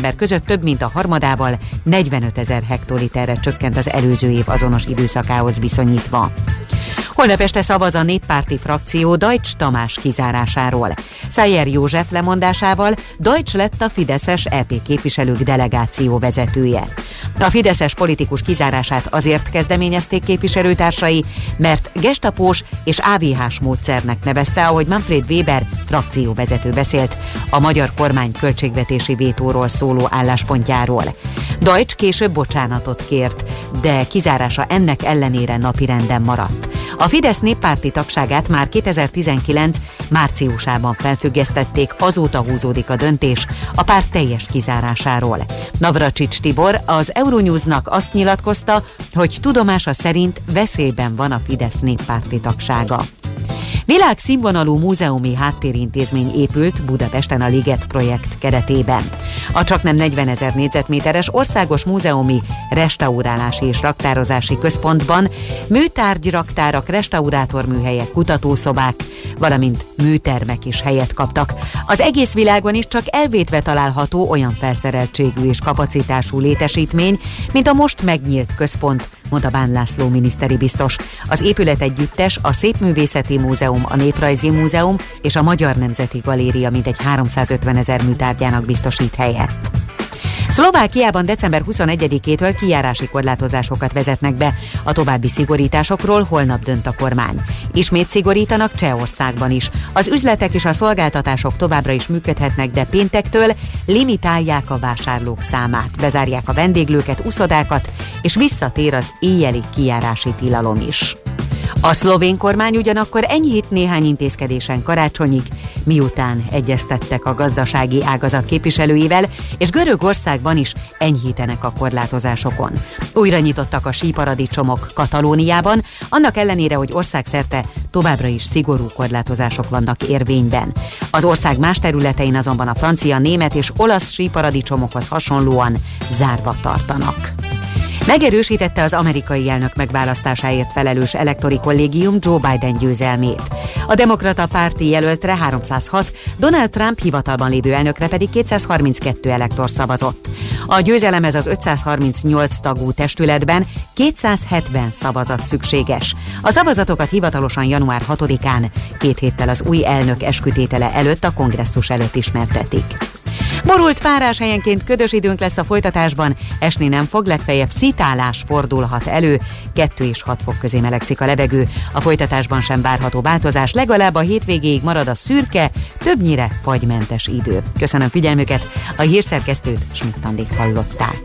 november között több mint a harmadával, 45 000 hektoliterre csökkent az előző év azonos időszakához viszonyítva. Holnap este szavaz a néppárti frakció Deutsch Tamás kizárásáról. Szájer József lemondásával Deutsch lett a fideszes EP képviselők delegáció vezetője. A fideszes politikus kizárását azért kezdeményezték képviselőtársai, mert gestapós és AVH-s módszernek nevezte, ahogy Manfred Weber frakcióvezető beszélt a magyar kormány költségvetési vétóról szóló álláspontjáról. Deutsch később bocsánatot kért, de kizárása ennek ellenére napirenden maradt. A Fidesz néppárti tagságát már 2019. márciusában felfüggesztették, azóta húzódik a döntés a párt teljes kizárásáról. Navracsics Tibor az Euronewsnak azt nyilatkozta, hogy tudomása szerint veszélyben van a Fidesz néppárti tagsága. Világszínvonalú múzeumi háttérintézmény épült Budapesten a Liget projekt keretében. A csaknem 40 000 négyzetméteres országos múzeumi restaurálási és raktározási központban műtárgyraktárak, restaurátorműhelyek, kutatószobák, valamint műtermek is helyet kaptak. Az egész világon is csak elvétve található olyan felszereltségű és kapacitású létesítmény, mint a most megnyílt központ, mondta Bán László miniszteri biztos. Az épület együttes a Szépművészeti Múzeum, a Néprajzi Múzeum és a Magyar Nemzeti Galéria mintegy 350 000 műtárgyának biztosít helyet. Szlovákiában december 21-től kijárási korlátozásokat vezetnek be. A további szigorításokról holnap dönt a kormány. Ismét szigorítanak Csehországban is. Az üzletek és a szolgáltatások továbbra is működhetnek, de péntektől limitálják a vásárlók számát, bezárják a vendéglőket, uszodákat, és visszatér az éjjeli kijárási tilalom is. A szlovén kormány ugyanakkor enyhít néhány intézkedésen karácsonyig, miután egyeztettek a gazdasági ágazat képviselőivel, és Görögországban is enyhítenek a korlátozásokon. Újra nyitottak a síparadicsomok Katalóniában, annak ellenére, hogy országszerte továbbra is szigorú korlátozások vannak érvényben. Az ország más területein azonban a francia, német és olasz síparadicsomokhoz hasonlóan zárva tartanak. Megerősítette az amerikai elnök megválasztásáért felelős elektori kollégium Joe Biden győzelmét. A demokrata párti jelöltre 306, Donald Trump hivatalban lévő elnökre pedig 232 elektor szavazott. A győzelemhez az 538 tagú testületben 270 szavazat szükséges. A szavazatokat hivatalosan január 6-án, 2 héttel az új elnök eskütétele előtt a kongresszus előtt ismertetik. Borult párás, helyenként ködös időnk lesz a folytatásban, esni nem fog, legfeljebb szitálás fordulhat elő, 2 és 6 fok közé melegszik a levegő, a folytatásban sem várható változás, legalább a hétvégéig marad a szürke, többnyire fagymentes idő. Köszönöm figyelmüket, a hírszerkesztőt, Schmidt-Andit hallották.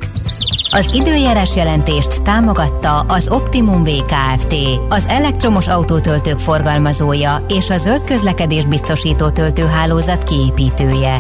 Az időjárás jelentést támogatta az Optimum Kft., az elektromos autótöltők forgalmazója és a zöld közlekedés biztosító töltőhálózat kiépítője.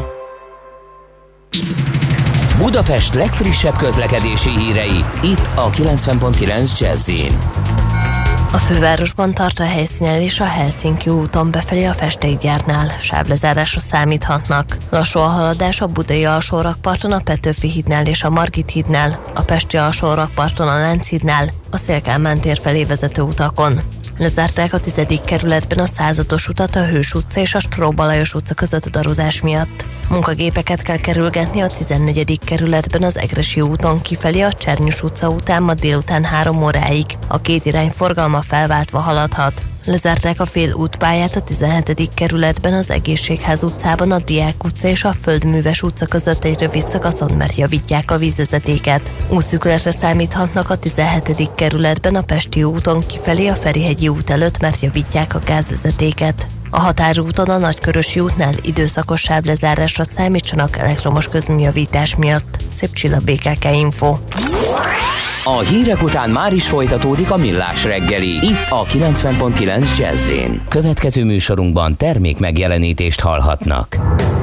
Budapest legfrissebb közlekedési hírei, itt a 90.9 Jazz-in. A fővárosban tart a helyszínelés a Helsinki úton befelé a festékgyárnál. Sávlezárásra számíthatnak. Lassú a haladás a Budai alsórakparton, a Petőfi hídnál és a Margit hídnál, a Pesti alsórakparton, a Lánchídnál, a Széll-Kálmán tér felé vezető utakon. Lezárták a 10. kerületben a Százados utat, a Hős utca és a Stróba Lajos utca között darozás miatt. Munkagépeket kell kerülgetni a 14. kerületben az Egressy úton kifelé a Csernyus utca után ma délután 3 óráig. A két irány forgalma felváltva haladhat. Lezárták a félútpályát a 17. kerületben az Egészségház utcában, a Diák utca és a Földműves utca között egy rövid szakaszon, mert javítják a vízvezetéket. Útszűkületre számíthatnak a 17. kerületben a Pesti úton kifelé a Ferihegyi út előtt, mert javítják a gázvezetéket. A határúton a Nagykörösi útnál időszakos sávlezárásra számítsanak elektromos közműjavítás miatt. Szép Csilla, BKK Info. A hírek után már is folytatódik a Millás reggeli, itt a 90.9 Jazz-in. Következő műsorunkban termék megjelenítést hallhatnak.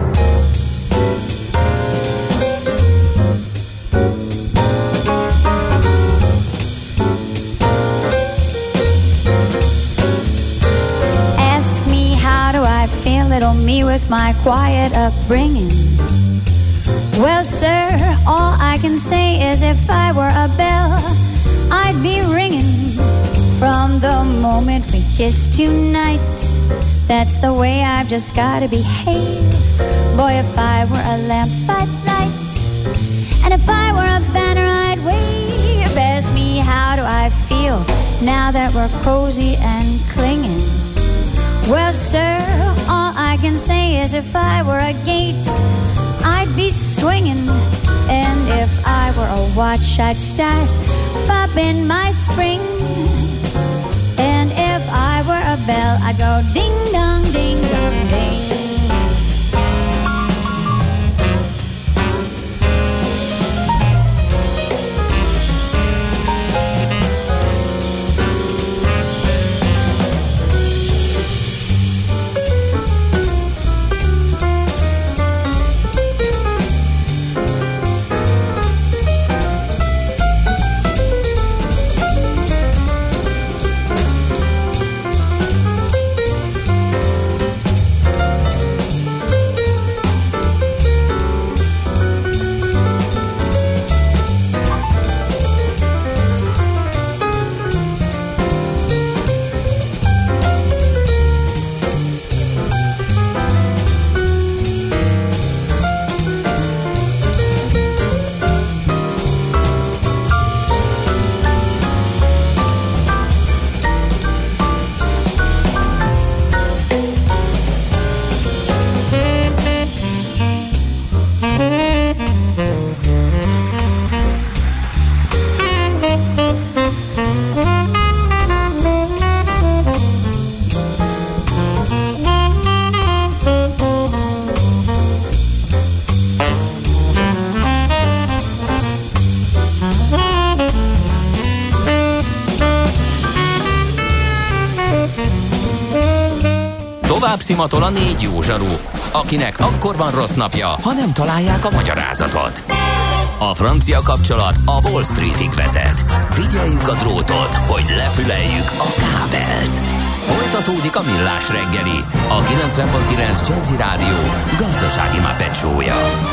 Ask me how do I feel, little me with my quiet upbringing. Well, sir, all I can say is if I were a bell, I'd be ringing from the moment we kissed tonight. That's the way I've just gotta behave. Boy, if I were a lamp at night, now that we're cozy and clinging. Well, sir, all I can say is if I were a gate, I'd be swinging. And if I were a watch, I'd start popping my spring. And if I were a bell, I'd go ding-dong, ding-dong, ding. Tovább szimatol a 4 jó zsaru, akinek akkor van rossz napja, ha nem találják a magyarázatot. A francia kapcsolat a Wall Streetig vezet. Figyeljük a drótot, hogy lefüleljük a kábelt. Folytatódik a Millás reggeli, a 90.9 Jazzy Rádió gazdasági Muppet show-ja.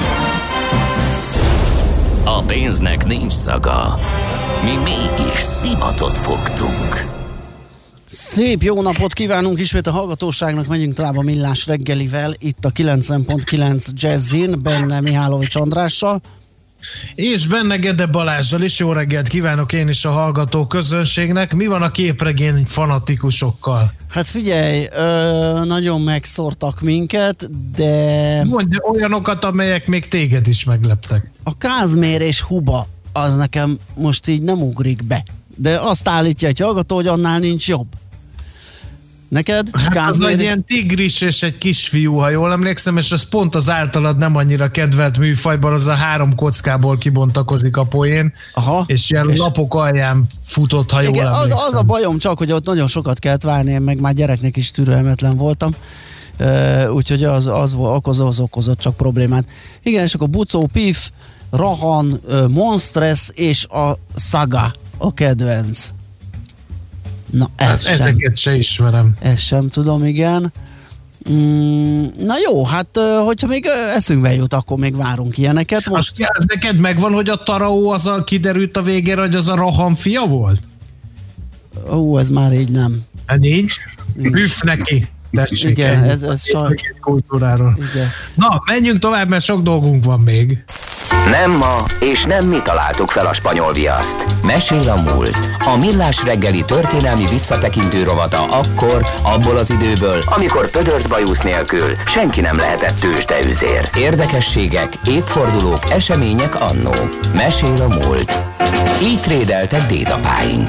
A pénznek nincs szaga. Mi mégis szimatot fogtunk. Szép jó napot kívánunk ismét a hallgatóságnak, megyünk tovább a Millás reggelivel, itt a 90.9 Jazzin, benne Mihálovics Andrással. És benne Gede Balázsral is. Jó reggelt kívánok én is a hallgató közönségnek. Mi van a képregény fanatikusokkal? Hát figyelj, nagyon megszórtak minket, de... Mondja olyanokat, amelyek még téged is megleptek. A Kázmér és Huba, az nekem most így nem ugrik be. De azt állítja egy hallgató, hogy annál nincs jobb. Neked? Hát az egy ilyen tigris és egy kisfiú, ha jól emlékszem, és az pont az általad nem annyira kedvelt műfajban, az a 3 kockából kibontakozik a poén, és ilyen lapok alján futott, ha jól emlékszem. Az a bajom csak, hogy ott nagyon sokat kellett várni, én meg már gyereknek is türelmetlen voltam, úgyhogy az okozott csak problémát. Igen, és akkor Bucó, Pif, Rahan, Monstress és a Saga a kedvenc. Na, ezeket se ismerem. Ezt sem tudom, igen. Na jó, hát hogyha még eszünkbe jut, akkor még várunk ilyeneket. Most ez neked megvan, hogy a Taraó az kiderült a végére, hogy az a Rahan fia volt? Ez már így nem. Nincs? Büff neki. Tessék, igen, ez kultúráról. Igen. Na, menjünk tovább, mert sok dolgunk van még. Nem ma, és nem mi találtuk fel a spanyol viaszt. Mesél a múlt. A Millás reggeli történelmi visszatekintő rovata akkor, abból az időből, amikor pödört bajusz nélkül senki nem lehetett tőzsdeüzér. Érdekességek, évfordulók, események annó. Mesél a múlt. Így trédeltek dédapáink.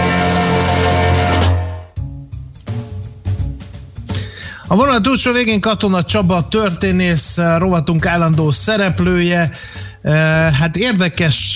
A vonal túlsó végén Katona Csaba, történész, rovatunk állandó szereplője. Hát érdekes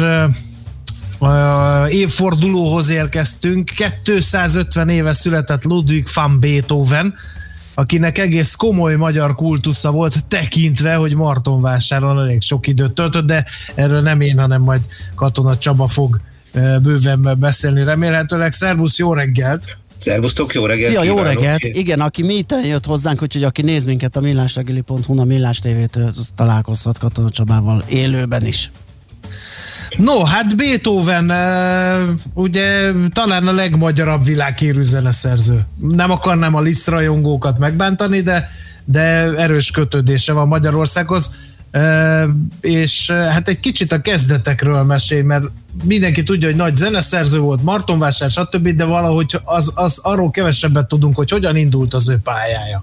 évfordulóhoz érkeztünk. 250 éve született Ludwig van Beethoven, akinek egész komoly magyar kultusza volt, tekintve, hogy Martonvásáron elég sok időt töltött, de erről nem én, hanem majd Katona Csaba fog bőven beszélni remélhetőleg. Szervusz, jó reggelt! Szervusztok, jó reggelt! Szia, jó reggelt! Igen, aki méten jött hozzánk, úgyhogy aki néz minket a millásreggeli.hu-n, a Millás TV-től, találkozhat Katona Csabával élőben is. No, hát Beethoven ugye talán a legmagyarabb világhírű zeneszerző. Nem akarnám a Liszt rajongókat megbántani, de erős kötődése van Magyarországhoz. és hát egy kicsit a kezdetekről mesélj, mert mindenki tudja, hogy nagy zeneszerző volt, Martonvásár, stb., de valahogy az arról kevesebbet tudunk, hogy hogyan indult az ő pályája.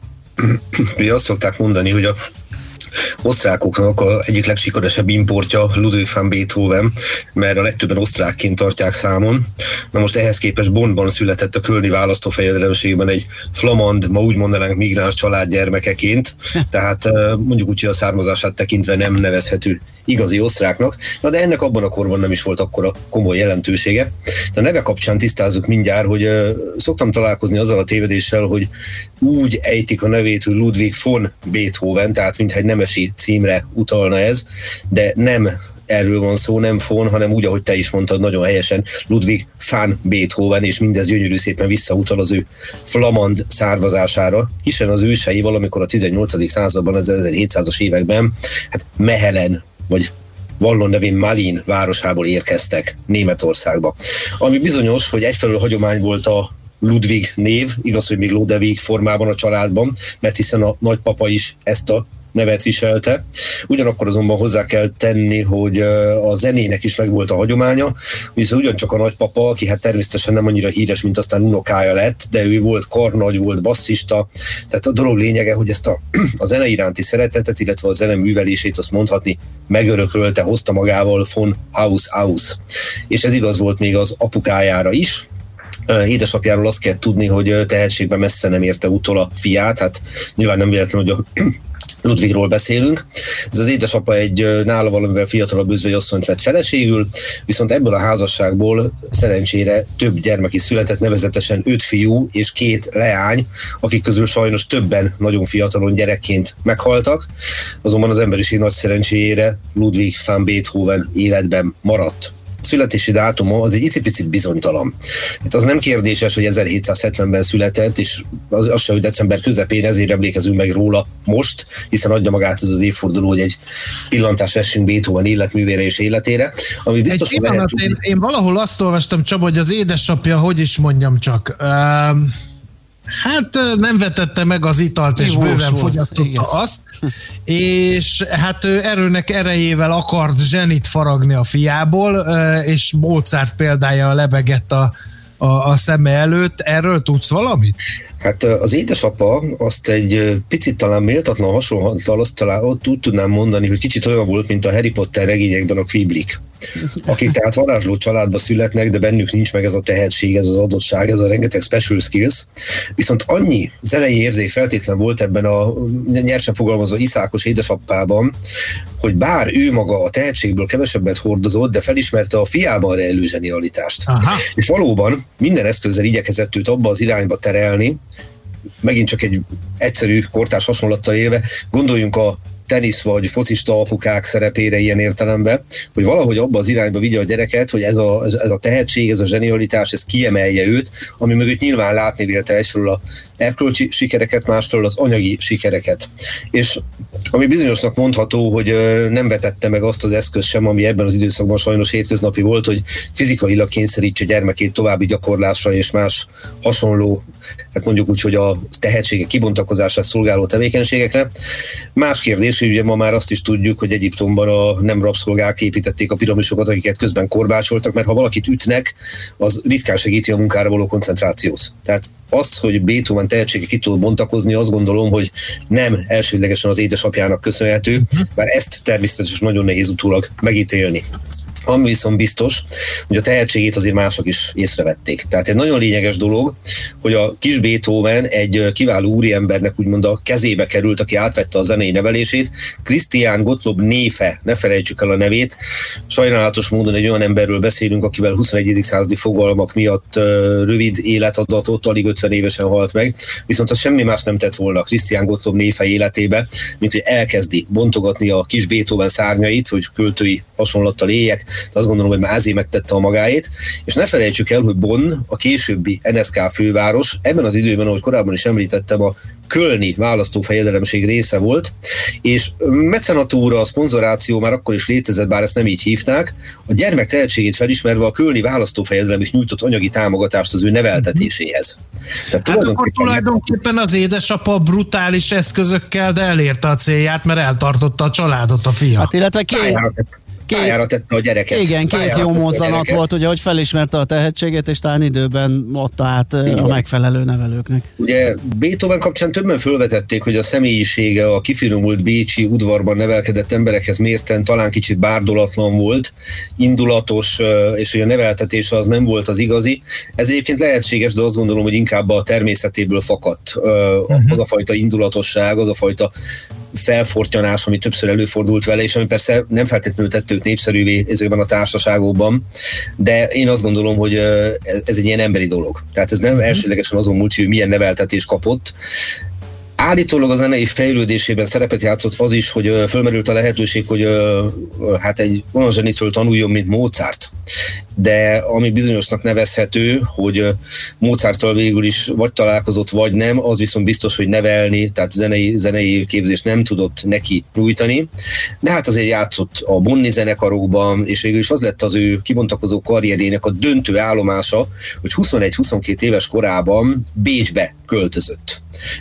Ugye azt szokták mondani, hogy a osztrákoknak a egyik legsikeresebb importja Ludwig van Beethoven, mert a legtöbben osztrákként tartják számon. Na most ehhez képest Bonnban született a kölni választófejedelemségben egy flamand, ma úgy mondanánk migráns család gyermekeként, tehát mondjuk úgy, hogy a származását tekintve nem nevezhető igazi osztráknak, de ennek abban a korban nem is volt akkora komoly jelentősége. De a neve kapcsán tisztázzuk mindjárt, hogy szoktam találkozni azzal a tévedéssel, hogy úgy ejtik a nevét, hogy Ludwig von Beethoven, tehát mintha egy nemesi címre utalna ez, de nem erről van szó, nem von, hanem úgy, ahogy te is mondtad nagyon helyesen, Ludwig van Beethoven, és mindez gyönyörű szépen visszautal az ő flamand származására, hiszen az ősei valamikor a 18. században, az 1700-as években, hát Mechelen, vagy Wallon nevén Malin városából érkeztek Németországba. Ami bizonyos, hogy egyfelől hagyomány volt a Ludwig név, igaz, hogy még Lodewig formában a családban, mert hiszen a nagypapa is ezt a nevet viselte. Ugyanakkor azonban hozzá kell tenni, hogy a zenének is megvolt a hagyománya, ugyancsak a nagypapa, aki hát természetesen nem annyira híres, mint aztán unokája lett, de ő volt karnagy, volt basszista, tehát a dolog lényege, hogy ezt a zene iránti szeretetet, illetve a zene művelését, azt mondhatni, megörökölte, hozta magával von Haus aus. És ez igaz volt még az apukájára is. Édesapjáról azt kell tudni, hogy tehetségben messze nem érte utol a fiát, hát nyilván nem véletlen, hogy a Ludwigról beszélünk. Ez az édesapa egy nála valamivel fiatalabb özvegy asszonyt vett feleségül, viszont ebből a házasságból szerencsére több gyermek is született, nevezetesen 5 fiú és 2 leány, akik közül sajnos többen nagyon fiatalon gyerekként meghaltak, azonban az emberiség nagy szerencséjére Ludwig van Beethoven életben maradt. Születési dátuma az egy icipicit bizonytalan. Tehát az nem kérdéses, hogy 1770-ben született, és az sem, hogy december közepén, ezért emlékezünk meg róla most, hiszen adja magát ez az évforduló, hogy egy pillantás vessünk Beethoven életművére és életére. Ami biztos, egy pillanat, én valahol azt olvastam, Csaba, hogy az édesapja, hogy is mondjam csak, hát nem vetette meg az italt, és bőven fogyasztotta azt, és hát ő erőnek erejével akart zsenit faragni a fiából, és Mozart példája lebegett a szeme előtt. Erről tudsz valamit? Hát az édesapa azt egy picit talán méltatlan hasonlattal azt talán ott úgy tudnám mondani, hogy kicsit olyan volt, mint a Harry Potter regényekben a Quiblik, akik tehát varázsló családba születnek, de bennük nincs meg ez a tehetség, ez az adottság, ez a rengeteg special skills. Viszont annyi zenei érzék feltétlen volt ebben a nyersen fogalmazva iszákos édesapában, hogy bár ő maga a tehetségből kevesebbet hordozott, de felismerte a fiában rejlő zsenialitást. Aha. És valóban minden eszközzel igyekezett őt abba az irányba terelni, megint csak egy egyszerű kortárs hasonlattal élve, gondoljunk a tenisz vagy focista apukák szerepére ilyen értelemben, hogy valahogy abba az irányba vigye a gyereket, hogy ez a tehetség, ez a zsenialitás, ez kiemelje őt, ami mögött nyilván látni vélte egyfelől a erkölcsi sikereket, másfelől az anyagi sikereket. És ami bizonyosnak mondható, hogy nem vetette meg azt az eszköz sem, ami ebben az időszakban sajnos hétköznapi volt, hogy fizikailag kényszerítse gyermekét további gyakorlásra és más hasonló, hát mondjuk úgy, hogy a tehetségek kibontakozását szolgáló tevékenységekre. Más kérdés, hogy ugye ma már azt is tudjuk, hogy Egyiptomban a nem rabszolgák építették a piramisokat, akiket közben korbácsoltak, mert ha valakit ütnek, az ritkán segíti a munkára való koncentrációt. Tehát azt, hogy Beethoven tehetsége ki tud bontakozni, azt gondolom, hogy nem elsődlegesen az édesapjának köszönhető, bár ezt természetesen nagyon nehéz utólag megítélni. Ami viszont biztos, hogy a tehetségét azért mások is észrevették. Tehát egy nagyon lényeges dolog, hogy a kis Beethoven egy kiváló úriembernek úgymond a kezébe került, aki átvette a zenei nevelését. Christian Gottlob Neefe, ne felejtsük el a nevét. Sajnálatos módon egy olyan emberről beszélünk, akivel 21. századi fogalmak miatt rövid életadatot, alig 50 évesen halt meg, viszont az semmi más nem tett volna Christian Gottlob Neefe életébe, mint hogy elkezdi bontogatni a kis Beethoven szárnyait, hogy költői hasonlattal éljek, azt gondolom, hogy már azért megtette a magáét, és ne felejtsük el, hogy Bonn, a későbbi NSK főváros, ebben az időben, ahogy korábban is említettem, a kölni választófejedelemség része volt, és mecenatúra, a szponzoráció már akkor is létezett, bár ezt nem így hívták. A gyermek tehetségét felismerve a kölni választófejedelem is nyújtott anyagi támogatást az ő neveltetéséhez. Tehát akkor tulajdonképpen az édesapa brutális eszközökkel, de elérte a célját, mert eltartotta a családot a fia. Hát illetve pályára tette a gyereket. Igen, két jó mozzanat volt, ugye, hogy felismerte a tehetséget, és talán időben adta át a megfelelő nevelőknek. Ugye Beethoven kapcsán többen felvetették, hogy a személyisége a kifinomult bécsi udvarban nevelkedett emberekhez mérten talán kicsit bárdolatlan volt, indulatos, és hogy a neveltetése az nem volt az igazi. Ez egyébként lehetséges, de azt gondolom, hogy inkább a természetéből fakadt az a fajta indulatosság, az a fajta felfortyanás, ami többször előfordult vele, és ami persze nem feltétlenül tette őt népszerűvé ezekben a társaságokban, de én azt gondolom, hogy ez egy ilyen emberi dolog. Tehát ez nem elsődlegesen azon múlt, hogy milyen neveltetést kapott. Állítólag a zenei fejlődésében szerepet játszott az is, hogy fölmerült a lehetőség, hogy hát egy olyan zsenitől tanuljon, mint Mozart. De ami bizonyosnak nevezhető, hogy Mozarttal végül is vagy találkozott, vagy nem, az viszont biztos, hogy nevelni, tehát zenei képzést nem tudott neki nyújtani. De hát azért játszott a Bonni zenekarokban, és végül is az lett az ő kibontakozó karrierjének a döntő állomása, hogy 21-22 éves korában Bécsbe költözött.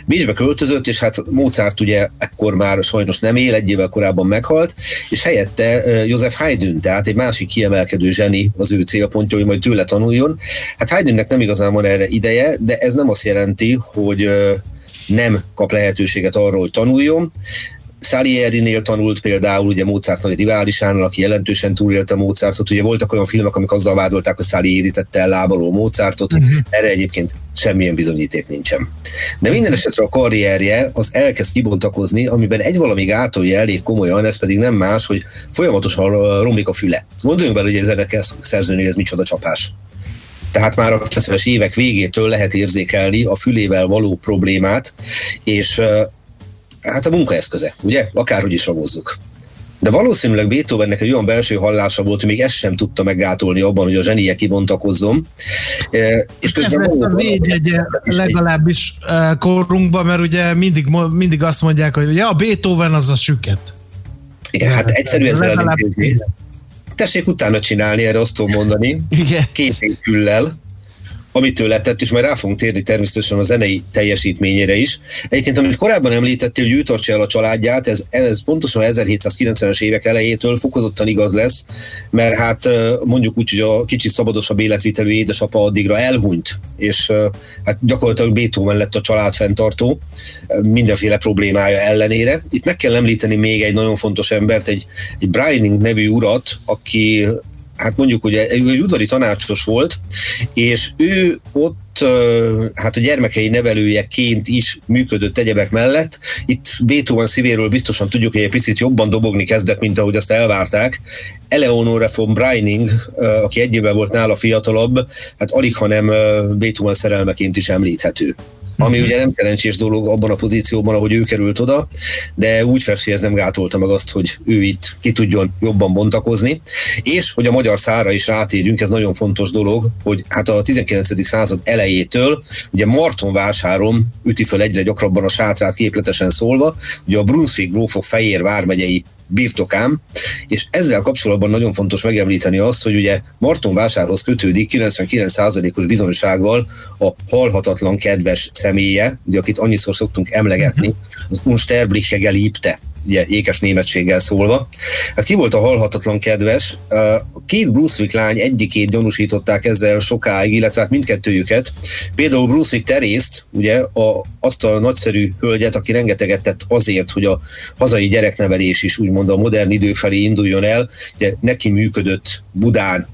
És hát Mozart ugye ekkor már sajnos nem él, egy évvel korábban meghalt, és helyette Joseph Haydn, tehát egy másik kiemelkedő zseni az ő célpontja, hogy majd tőle tanuljon. Hát Haydnnek nem igazán van erre ideje, de ez nem azt jelenti, hogy nem kap lehetőséget arra, hogy tanuljon. Salierinél tanult például, ugye Mozart nagy riválisánál, aki jelentősen túlélte Mozartot. Ugye voltak olyan filmek, amik azzal vádolták, hogy Salieri tette el lábalól Mozartot. Erre egyébként semmilyen bizonyíték nincsen. De minden esetre a karrierje az elkezd kibontakozni, amiben egy valami gátolja elég komolyan, ez pedig nem más, hogy folyamatosan romlik a füle. Gondoljunk bele, hogy ez zeneszerzőnél ez micsoda csapás. Tehát már a 90-es évek végétől lehet érzékelni a fülével való problémát, és hát a munkaeszköze, ugye? Akárhogy is ragozzuk. De valószínűleg Beethovennek egy olyan belső hallása volt, hogy még ezt sem tudta meggátolni abban, hogy a zsenie kibontakozzon. És közben ez a védjegye legalábbis korunkban, mert ugye mindig azt mondják, hogy ja, a Beethoven az a süket. Igen, hát egyszerű ezzel elintézni. Tessék utána csinálni, erre azt tudom mondani. Két évküllel, amitől lettett, és majd rá fogunk térni természetesen a zenei teljesítményére is. Egyébként, amit korábban említettél, hogy ő tartsa el a családját, ez pontosan 1790-es évek elejétől fokozottan igaz lesz, mert hát mondjuk úgy, hogy a kicsit szabadosabb életvitelű édesapa addigra elhunyt, és hát gyakorlatilag Beethoven lett a család fenntartó mindenféle problémája ellenére. Itt meg kell említeni még egy nagyon fontos embert, egy Browning nevű urat, aki hát mondjuk ugye egy udvari tanácsos volt, és ő ott hát a gyermekei nevelőjeként is működött egyebek mellett. Itt Beethoven szívéről biztosan tudjuk, hogy egy picit jobban dobogni kezdett, mint ahogy azt elvárták. Eleonore von Browning, aki egy évvel volt nála fiatalabb, hát alig, hanem Beethoven szerelmeként is említhető. Ami ugye nem szerencsés dolog abban a pozícióban, ahogy ő került oda, de úgy fest, hogy ez nem gátolta meg azt, hogy ő itt ki tudjon jobban bontakozni. És hogy a magyar szára is rátérjünk, ez nagyon fontos dolog, hogy hát a 19. század elejétől ugye Martonvásáron üti föl egyre gyakrabban a sátrát, képletesen szólva, ugye a Brunswick grófok Fejér vármegyei birtokán, és ezzel kapcsolatban nagyon fontos megemlíteni azt, hogy ugye Martonvásárhoz kötődik 99%-os bizonysággal a halhatatlan kedves személye, ugye akit annyiszor szoktunk emlegetni, az Unsterbliche Geliebte, ugye ékes németséggel szólva. Hát ki volt a halhatatlan kedves? Két Brunswick lány egyikét gyanúsították ezzel sokáig, illetve hát mindkettőjüket. Például Brunswick Terészt, ugye azt a nagyszerű hölgyet, aki rengeteget tett azért, hogy a hazai gyereknevelés is úgymond a modern idők felé induljon el. Ugye neki működött Budán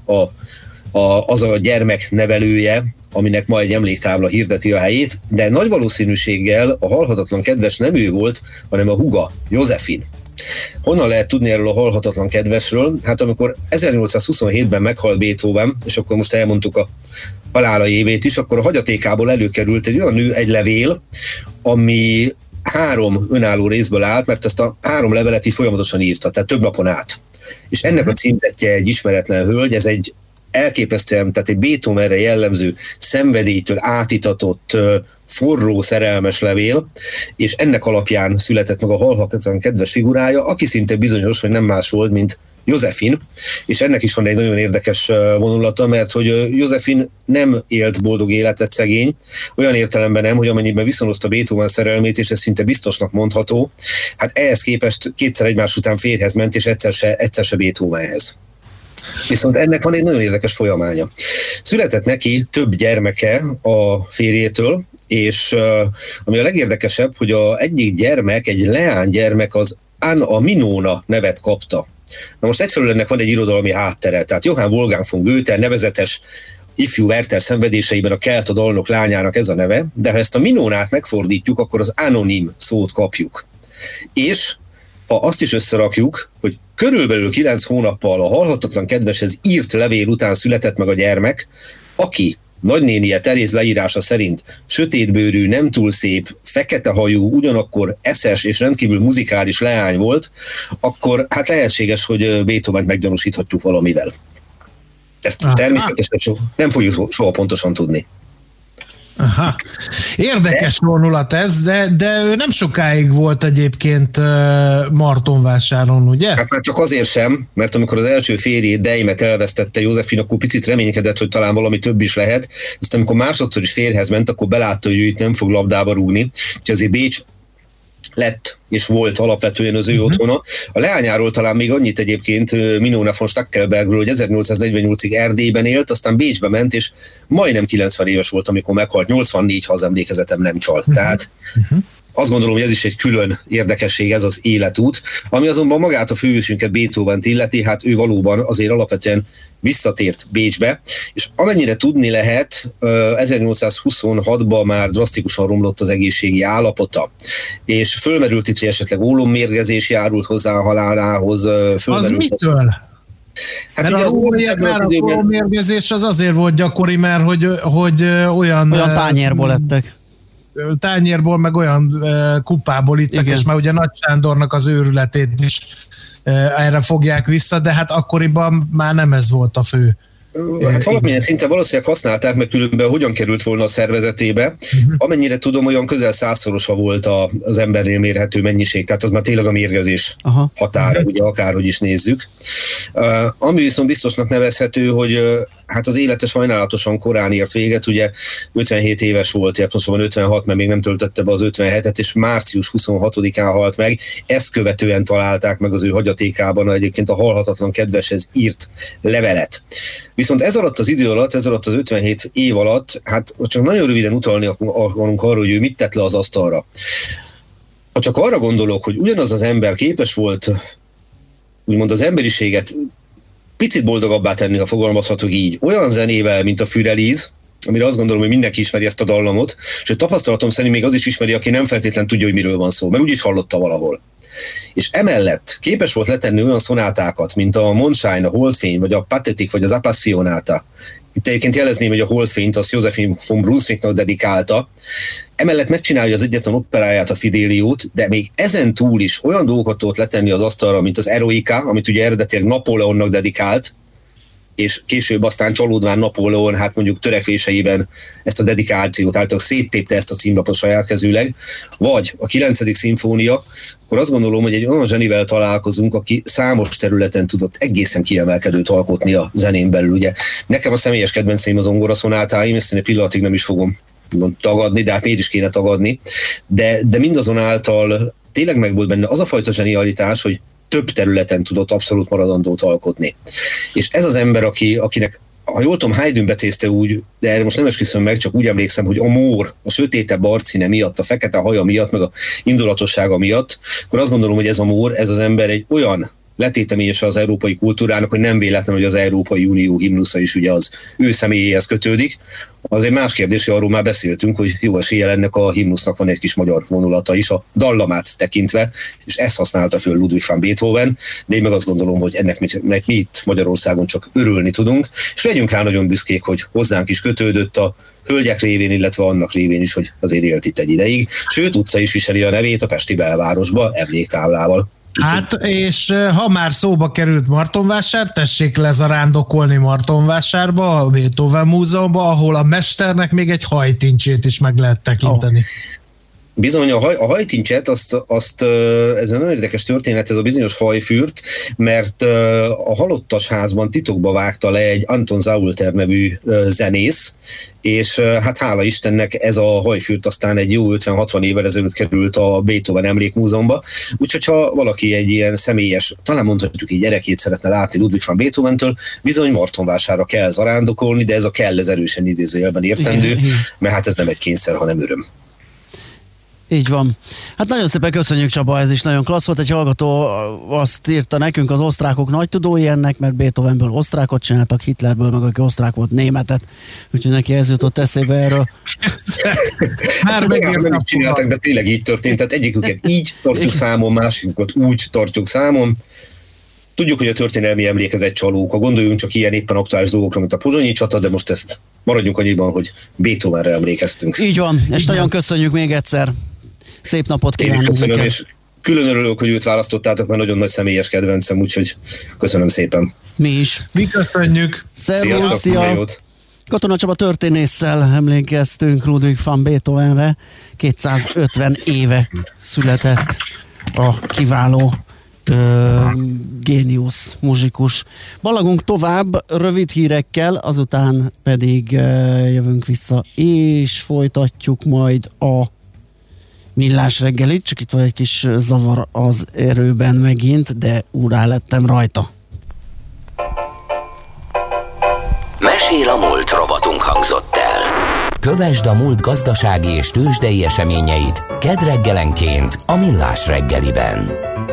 az a gyermeknevelője, aminek ma egy emléktábla hirdeti a helyét, de nagy valószínűséggel a halhatatlan kedves nem ő volt, hanem a húga, Josephine. Honnan lehet tudni erről a halhatatlan kedvesről? Hát amikor 1827-ben meghalt Beethoven, és akkor most elmondtuk a halála évét is, akkor a hagyatékából előkerült egy olyan egy levél, ami 3 önálló részből állt, mert ezt a 3 levelet így folyamatosan írta, tehát több napon át. és ennek a címzettje egy ismeretlen hölgy, ez egy elképesztően, tehát egy Beethovenre jellemző, szenvedélytől átitatott, forró, szerelmes levél, és ennek alapján született meg a halhatatlan kedves figurája, aki szinte bizonyos, hogy nem más volt, mint Joséphine, és ennek is van egy nagyon érdekes vonulata, mert hogy Joséphine nem élt boldog életet, szegény, olyan értelemben nem, hogy amennyiben viszonozta Beethoven szerelmét, és ez szinte biztosnak mondható, hát ehhez képest kétszer egymás után férjhez ment, és egyszer se Beethovenhez. Viszont ennek van egy nagyon érdekes folyamánya. Született neki több gyermeke a férjétől, és ami a legérdekesebb, hogy egyik gyermek, egy leánygyermek az Anna Minona nevet kapta. Na most egyfelől ennek van egy irodalmi háttere, tehát Johann Wolfgang von Goethe nevezetes ifjú Werther szenvedéseiben a kelta dalnok lányának ez a neve, de ha ezt a Minonát megfordítjuk, akkor az anonim szót kapjuk. És ha azt is összerakjuk, hogy körülbelül 9 hónappal a halhatatlan kedveshez írt levél után született meg a gyermek, aki nagynénie Teréz leírása szerint sötétbőrű, nem túl szép, fekete hajú, ugyanakkor eszes és rendkívül muzikális leány volt, akkor hát lehetséges, hogy Beethovent meggyanúsíthatjuk valamivel. Ezt természetesen nem fogjuk soha pontosan tudni. Aha. Érdekes vonulat ez, de ő nem sokáig volt egyébként Martonvásáron, ugye? Hát már csak azért sem, mert amikor az első férjét, Deimet elvesztette Joséphine, akkor picit reménykedett, hogy talán valami több is lehet. Aztán amikor másodszor is férjhez ment, akkor belátta, hogy ő itt nem fog labdába rúgni. Úgyhogy azért Bécs lett és volt alapvetően az ő otthona. A leányáról talán még annyit egyébként Minona von Stackelbergről, hogy 1848-ig Erdélyben élt, aztán Bécsbe ment, és majdnem 90 éves volt, amikor meghalt, 84, ha az emlékezetem nem csal. Tehát azt gondolom, hogy ez is egy külön érdekesség, ez az életút, ami azonban magát a főhősünket, Beethovent illeti, hát ő valóban azért alapvetően visszatért Bécsbe, és amennyire tudni lehet, 1826-ban már drasztikusan romlott az egészségi állapota, és fölmerült itt, hogy esetleg ólommérgezés járult hozzá a halálához. Az mitől? Hát mert a ólommérgezés az azért volt gyakori, mert hogy olyan tányérból lettek. Tányérból, meg olyan kupából ittak, igen. És már ugye Nagy Sándornak az őrületét is erre fogják vissza, de hát akkoriban már nem ez volt a fő. Hát valamilyen szinten valószínűleg használták, meg különben hogyan került volna a szervezetébe. Amennyire tudom, olyan közel 100-szorosa volt az embernél mérhető mennyiség, tehát az már tényleg a mérgezés határa, ugye akárhogy is nézzük. Ami viszont biztosnak nevezhető, hogy hát az élete sajnálatosan korán ért véget, ugye 57 éves volt, pontosabban 56, mert még nem töltötte be az 57-et, és március 26-án halt meg. Ezt követően találták meg az ő hagyatékában egyébként a halhatatlan kedveshez írt levelet. Viszont ez alatt az idő alatt, ez alatt az 57 év alatt, hát csak nagyon röviden utalni akarunk arra, hogy ő mit tett le az asztalra. Ha csak arra gondolok, hogy ugyanaz az ember képes volt úgymond az emberiséget picit boldogabbá tenni, ha fogalmazhatok így, olyan zenével, mint a Fürelíz, amire azt gondolom, hogy mindenki ismeri ezt a dallamot, és a tapasztalatom szerint még az is ismeri, aki nem feltétlen tudja, hogy miről van szó, mert úgyis hallotta valahol. És emellett képes volt letenni olyan szonátákat, mint a Mondschein, a Holdfény, vagy a Pathetik, vagy az Appassionata. Itt egyébként jelezném, hogy a Holdfényt azt Joséphine von Brunswicknak dedikálta. Emellett megcsinálja az egyetlen operáját, a Fideliót, de még ezen túl is olyan dolgokat tudott letenni az asztalra, mint az Eroica, amit ugye eredetileg Napóleonnak dedikált, és később aztán csalódván Napóleon, hát mondjuk törekvéseiben ezt a dedikációt által széttépte ezt a címlapot saját kezűleg, vagy a 9. szimfónia, akkor azt gondolom, hogy egy olyan zsenivel találkozunk, aki számos területen tudott egészen kiemelkedőt alkotni a zenén belül. Ugye nekem a személyes kedvenceim az zongoraszonátáim, ezt én egy pillanatig nem is fogom tagadni, de hát miért is kéne tagadni, de mindazonáltal tényleg meg volt benne az a fajta zsenialitás, hogy több területen tudott abszolút maradandót alkotni. És ez az ember, akinek, ha jól tudom, Haydn betézte úgy, de erre most nem esküszöm meg, csak úgy emlékszem, hogy a mór, a sötétebb arcszíne miatt, a fekete haja miatt, meg a indulatossága miatt, akkor azt gondolom, hogy ez a mór, ez az ember egy olyan letéteményese az európai kultúrának, hogy nem véletlen, hogy az Európai Unió himnusza is ugye az ő személyéhez kötődik. Azért más kérdés, hogy arról már beszéltünk, hogy jó eséllyel ennek a himnusznak van egy kis magyar vonulata is, a dallamát tekintve, és ezt használta föl Ludwig van Beethoven, de én meg azt gondolom, hogy ennek mi itt Magyarországon csak örülni tudunk, és legyünk rá nagyon büszkék, hogy hozzánk is kötődött a hölgyek révén, illetve annak révén is, hogy azért élt itt egy ideig, sőt utca is viseli a nevét a pesti belvárosba, emléktáblával. Hát, és ha már szóba került Martonvásár, tessék lezarándokolni Martonvásárba, a Beethoven Múzeumba, ahol a mesternek még egy hajtincsét is meg lehet tekinteni. Bizony, a hajtincset, ez egy nagyon érdekes történet, ez a bizonyos hajfürt, mert a halottas házban titokba vágta le egy Anton Zaulter nevű zenész, és hát hála Istennek ez a hajfürt aztán egy jó 50-60 évvel ezelőtt került a Beethoven Emlékmúzeumba, úgyhogy ha valaki egy ilyen személyes, talán mondhatjuk így gyerekét szeretne látni Ludwig van Beethoventől, bizony Martonvásárra kell zarándokolni, de ez a kell, ez erősen idézőjelben értendő, mert hát ez nem egy kényszer, hanem öröm. Így van. Hát nagyon szépen köszönjük, Csaba, ez is nagyon klassz volt. Egy hallgató azt írta nekünk, az osztrákok nagy tudói ennek, mert Beethovenből osztrákot csináltak, Hitlerből, meg aki osztrák volt, németet. Úgyhogy neki ez jutott eszébe erről. Hát nem csináltak, de tényleg így történt. Tehát egyiküket így tartjuk számon, másikukat úgy tartjuk számon. Tudjuk, hogy a történelmi emlékezet csalók, gondoljunk csak ilyen éppen aktuális dolgokra, mint a pozsonyi csata, de most maradjunk annyiban, hogy Beethovenre emlékeztünk. Így van, és nagyon köszönjük még egyszer. Szép napot kívánok! Köszönöm, és külön örülök, hogy őt választottátok, mert nagyon nagy személyes kedvencem, úgyhogy köszönöm szépen. Mi is. Mi köszönjük! Szervusz, szia! Katona Csaba történésszel emlékeztünk Ludwig van Beethovenre. 250 éve született a kiváló géniusz, muzsikus. Ballagunk tovább rövid hírekkel, azután pedig jövünk vissza, és folytatjuk majd a Millás reggelit, csak itt van egy kis zavar az erőben megint, de úrrá lettem rajta. Mesél a múlt rovatunk hangzott el. Kövesd a múlt gazdasági és tőzsdei eseményeit kedd reggelenként a Millás reggeliben.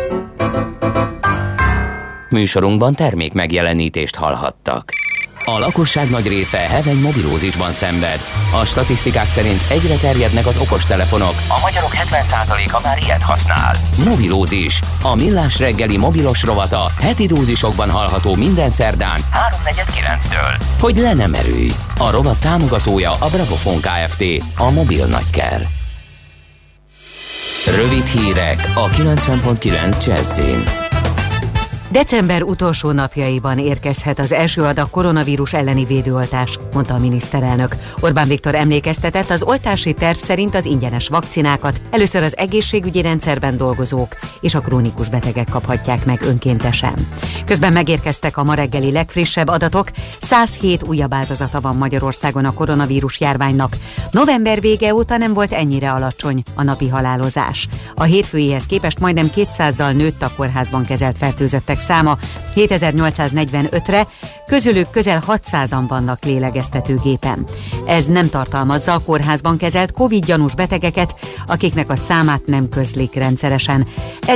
Műsorunkban termék megjelenítést hallhattak. A lakosság nagy része heveny mobilózisban szenved. A statisztikák szerint egyre terjednek az okostelefonok. A magyarok 70%-a már ilyet használ. Mobilózis. A Millás reggeli mobilos rovata heti dózisokban hallható minden szerdán 3:49-től. Hogy le nem erőj. A rovat támogatója a Bravofon Kft. A mobil nagyker. Rövid hírek a 90.9 Jazzin. December utolsó napjaiban érkezhet az első adag koronavírus elleni védőoltás, mondta a miniszterelnök. Orbán Viktor emlékeztetett, az oltási terv szerint az ingyenes vakcinákat először az egészségügyi rendszerben dolgozók és a krónikus betegek kaphatják meg önkéntesen. Közben megérkeztek a ma reggeli legfrissebb adatok, 107 újabb áldozata van Magyarországon a koronavírus járványnak. November vége óta nem volt ennyire alacsony a napi halálozás. A hétfőihez képest majdnem 200-zal nőtt a kórházban kezelt fertőzöttek száma 7845-re, közülük közel 600-an vannak lélegeztetőgépen. Ez nem tartalmazza a kórházban kezelt Covid-gyanús betegeket, akiknek a számát nem közlik rendszeresen.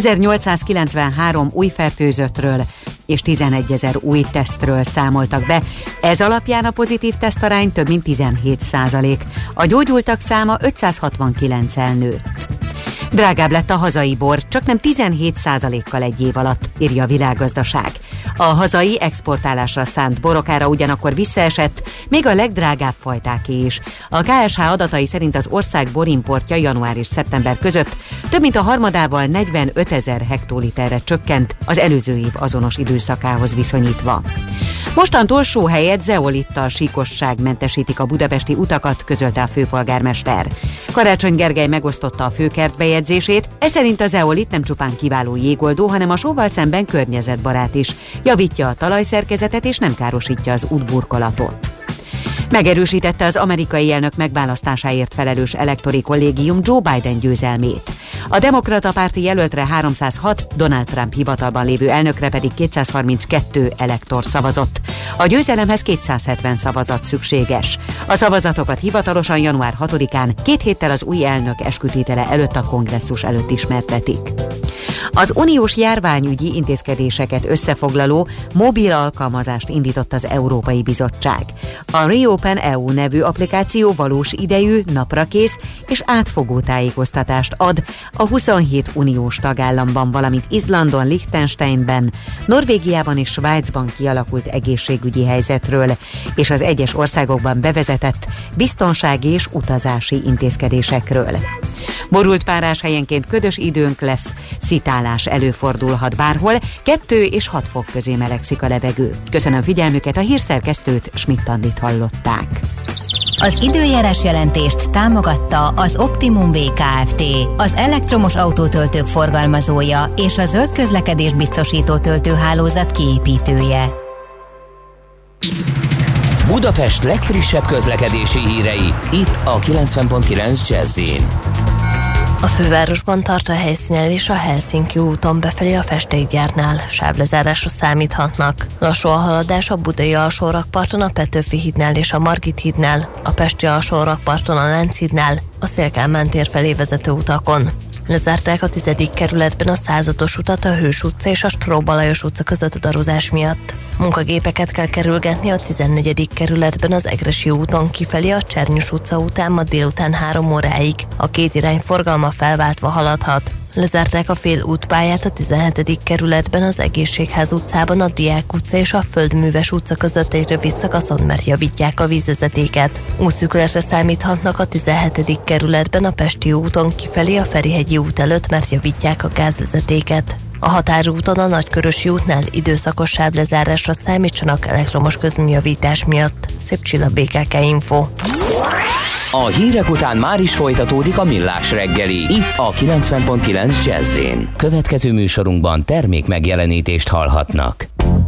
1893 új fertőzöttről és 11 000 új tesztről számoltak be. Ez alapján a pozitív tesztarány több mint 17%. A gyógyultak száma 569-el nőtt. Drágább lett a hazai bor, csaknem 17%-kal egy év alatt, írja a Világgazdaság. A hazai exportálásra szánt borokára ugyanakkor visszaesett, még a legdrágább fajtáké is. A KSH adatai szerint az ország borimportja január és szeptember között több mint a harmadával 45 000 hektoliterre csökkent az előző év azonos időszakához viszonyítva. Mostantól só helyett zeolittal síkosságmentesítik a budapesti utakat, közölte a főpolgármester. Karácsony Gergely megosztotta a főkert bejegyzését, ez szerint a zeolit nem csupán kiváló jégoldó, hanem a sóval szemben környezetbarát is. Javítja a talajszerkezetet és nem károsítja az útburkolatot. Megerősítette az amerikai elnök megválasztásáért felelős elektori kollégium Joe Biden győzelmét. A demokrata párti jelöltre 306, Donald Trump hivatalban lévő elnökre pedig 232 elektor szavazott. A győzelemhez 270 szavazat szükséges. A szavazatokat hivatalosan január 6-án, 2 héttel az új elnök esküdtétele előtt a kongresszus előtt ismertetik. Az uniós járványügyi intézkedéseket összefoglaló mobil alkalmazást indított az Európai Bizottság. A Reopen EU nevű applikáció valós idejű, naprakész és átfogó tájékoztatást ad a 27 uniós tagállamban, valamint Izlandon, Liechtensteinben, Norvégiában és Svájcban kialakult egészségügyi helyzetről és az egyes országokban bevezetett biztonsági és utazási intézkedésekről. Borult párás, helyenként ködös időnk lesz, szitálás előfordulhat bárhol, 2 és 6 fok közé melegszik a levegő. Köszönöm figyelmüket, a hírszerkesztőt, Schmidt-Andit hallották. Az időjárás jelentést támogatta az Optimum Kft. Az elektromos autótöltők forgalmazója és a zöld közlekedés biztosító töltőhálózat kiépítője. Budapest legfrissebb közlekedési hírei, itt a 90.9 Jazz-in. A fővárosban tart a helyszínelés a Helsinki úton befelé a festékgyárnál. Sávlezárásra számíthatnak. Lassú a haladás a Budai alsórakparton, a Petőfi hídnál és a Margit hídnál, a Pesti alsórakparton, a Lánchídnál, a Széll-Kálmán tér felé vezető utakon. Lezárták a 10. kerületben a Százados utat, a Hős utca és a Stróba Lajos utca között darozás miatt. Munkagépeket kell kerülgetni a 14. kerületben az Egressy úton kifelé a Csernyus utca után ma délután 3 óráig. A két irány forgalma felváltva haladhat. Lezárták a fél útpályát a 17. kerületben az Egészségház utcában a Diák utca és a Földműves utca között egy rövid szakaszon, mert javítják a vízvezetéket. Útszűkületre számíthatnak a 17. kerületben a Pesti úton kifelé a Ferihegyi út előtt, mert javítják a gázvezetéket. A határúton a Nagykörösi útnál időszakos sávlezárásra számítsanak elektromos közműjavítás miatt. Szép Csilla, BKK Info. A hírek után már is folytatódik a Millás reggeli, itt a 90.9 Jazz-in. Következő műsorunkban termék megjelenítést hallhatnak.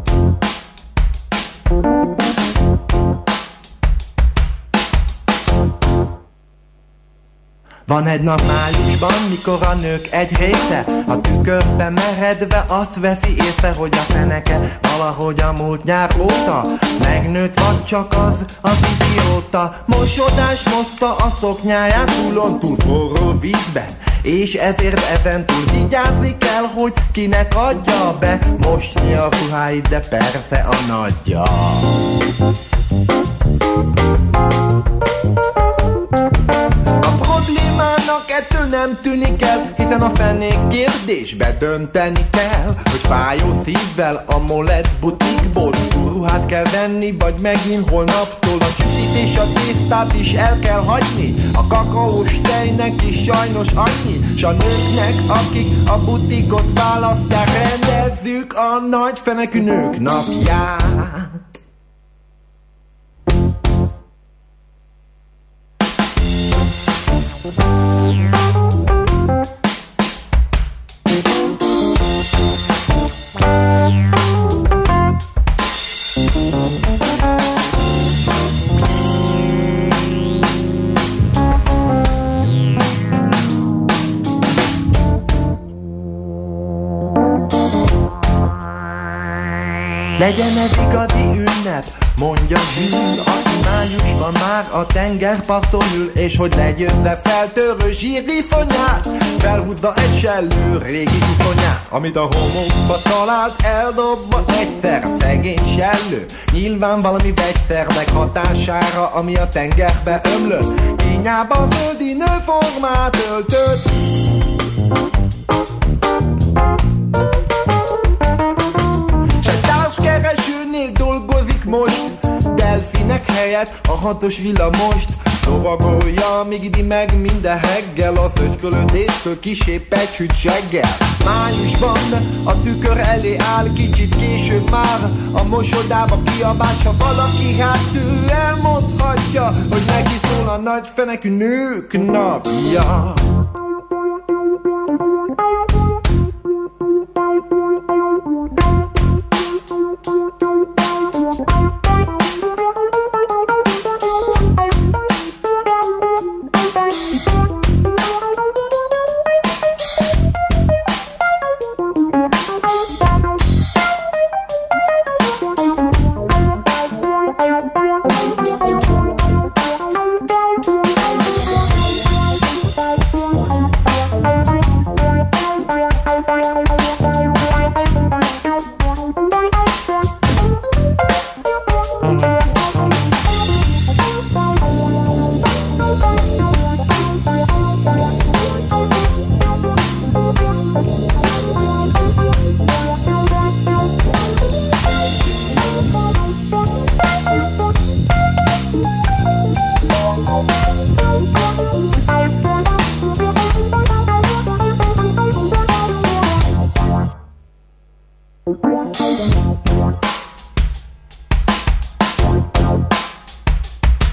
Van egy nap májusban, mikor a nők egy része a tükörbe meredve azt veszi észre, hogy a feneke valahogy a múlt nyár óta megnőtt, vagy csak az idióta. Mosodás moszta a szoknyáját túl forró vízben, és ezért ezen túl vigyázni kell, hogy kinek adja be mosni a ruháit, de persze a nagyja. Ettől nem tűnik el, hiszen a fenék kérdésbe dönteni kell, hogy fájó szívvel a Molett butikból ruhát kell venni, vagy megint holnaptól a sütit és a tésztát is el kell hagyni. A kakaós tejnek is sajnos annyi, s a nőknek, akik a butikot választják, rendezzük a nagy fenekű nők napját. Legyen ez igazi ünnep, mondja Zsűl, aki májusban már a tengerparton ül, és hogy legyőzze feltörő zsíriszonyát, felhúzza egy sellő régi iszonyát, amit a homokba talált, eldobva egyszer a szegény sellő. Nyilván valami vegyszernek hatására, ami a tengerbe ömlött, kényában földi nőformát öltött. Keresőnél dolgozik most, delfinek helyett a 6-os villamost lovagolja, míg idi meg minden reggel az ötykölődéstől kisebb egy hűt seggel. Májusban a tükör elé áll, kicsit később már a mosodába kiabás, ha valaki hát ő elmondhatja, hogy neki szól a nagy fenekű nők napja.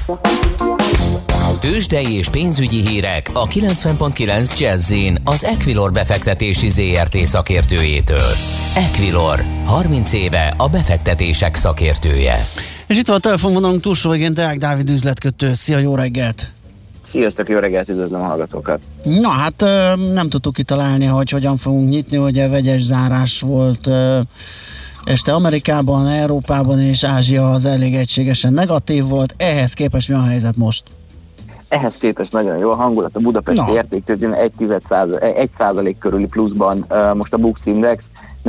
Tőzsdei és pénzügyi hírek a 90.9 Jazz-in az Equilor befektetési ZRT szakértőjétől. Equilor, 30 éve a befektetések szakértője. És itt van a telefonvonalunk túlsó végén Deák Dávid üzletkötő. Szia, jó reggelt! Sziasztok, jó reggelt, üdvözlöm a hallgatókat! Na hát nem tudtuk kitalálni, hogy hogyan fogunk nyitni, ugye vegyes zárás volt este Amerikában, Európában és Ázsia az elég egységesen negatív volt. Ehhez képest mi a helyzet most? Ehhez képest nagyon jó a hangulat, a budapesti értéktőzsdén 1% körüli pluszban most a Bux Index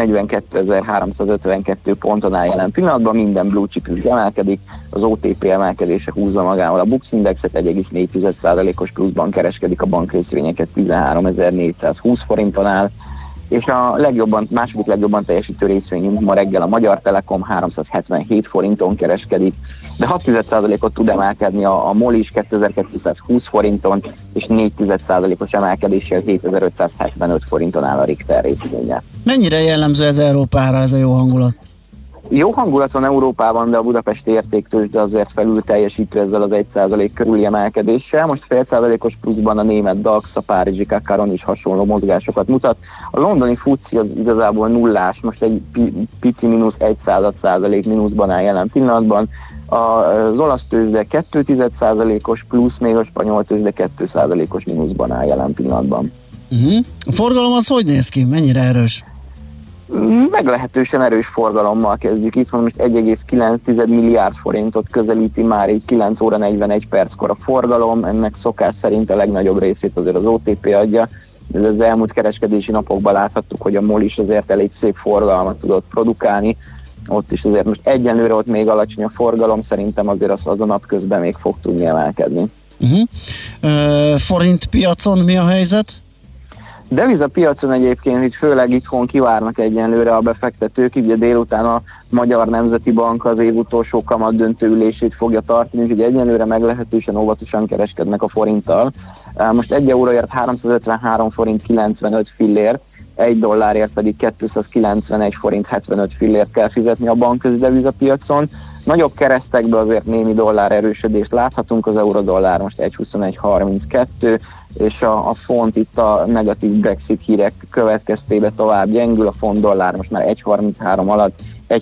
42.352 ponton áll jelen pillanatban, minden blue chip is emelkedik, az OTP emelkedése húzza magával a Bux Indexet, 1,4%-os pluszban kereskedik, a bankrészvényeket 13.420 forinton áll, és a második legjobban teljesítő részvényünk ma reggel a Magyar Telekom 377 forinton kereskedik, de 6%-ot tud emelkedni a MOL is 2220 forinton, és 4%-os emelkedéssel 7575 forinton áll a Richter részvénye. Mennyire jellemző ez Európára, ez a jó hangulat? Jó hangulat van Európában, de a budapesti értéktőzsde azért felül teljesítő ezzel az 1% körüli emelkedéssel. Most 0,5%-os pluszban a német DAX, a párizsi CAC is hasonló mozgásokat mutat. A londoni FTSE az igazából nullás, most egy pici mínusz 0,1% mínuszban áll jelen pillanatban. Az olasz tőzsde 0,2%-os plusz, még a spanyol tőzsde 2%-os mínuszban áll jelen pillanatban. A forgalom az hogy néz ki? Mennyire erős? Meglehetősen erős forgalommal kezdjük. Itt van most 1,9 milliárd forintot közelíti már így 9 óra 41 perckor a forgalom. Ennek szokás szerint a legnagyobb részét azért az OTP adja. De az elmúlt kereskedési napokban láthattuk, hogy a MOL is azért elég szép forgalmat tudott produkálni. Ott is azért most egyenlőre ott még alacsony a forgalom, szerintem azért az a nap közben még fog tudni emelkedni. Forint piacon mi a helyzet? Devizapiacon egyébként itt főleg itthon kivárnak egyenlőre a befektetők, ugye délután a Magyar Nemzeti Bank az év utolsó kamat döntő ülését fogja tartani, úgyhogy egyenlőre meglehetősen óvatosan kereskednek a forinttal. Most 1 euróért 353 forint 95 fillér, 1 dollárért pedig 291 forint 75 fillért kell fizetni a bankközi devizapiacon. Nagyobb keresztekben azért némi dollár erősödést láthatunk, az euró-dollár most 1,2132, és a font itt a negatív Brexit hírek következtében tovább gyengül, a font-dollár most már 1,33 alatt,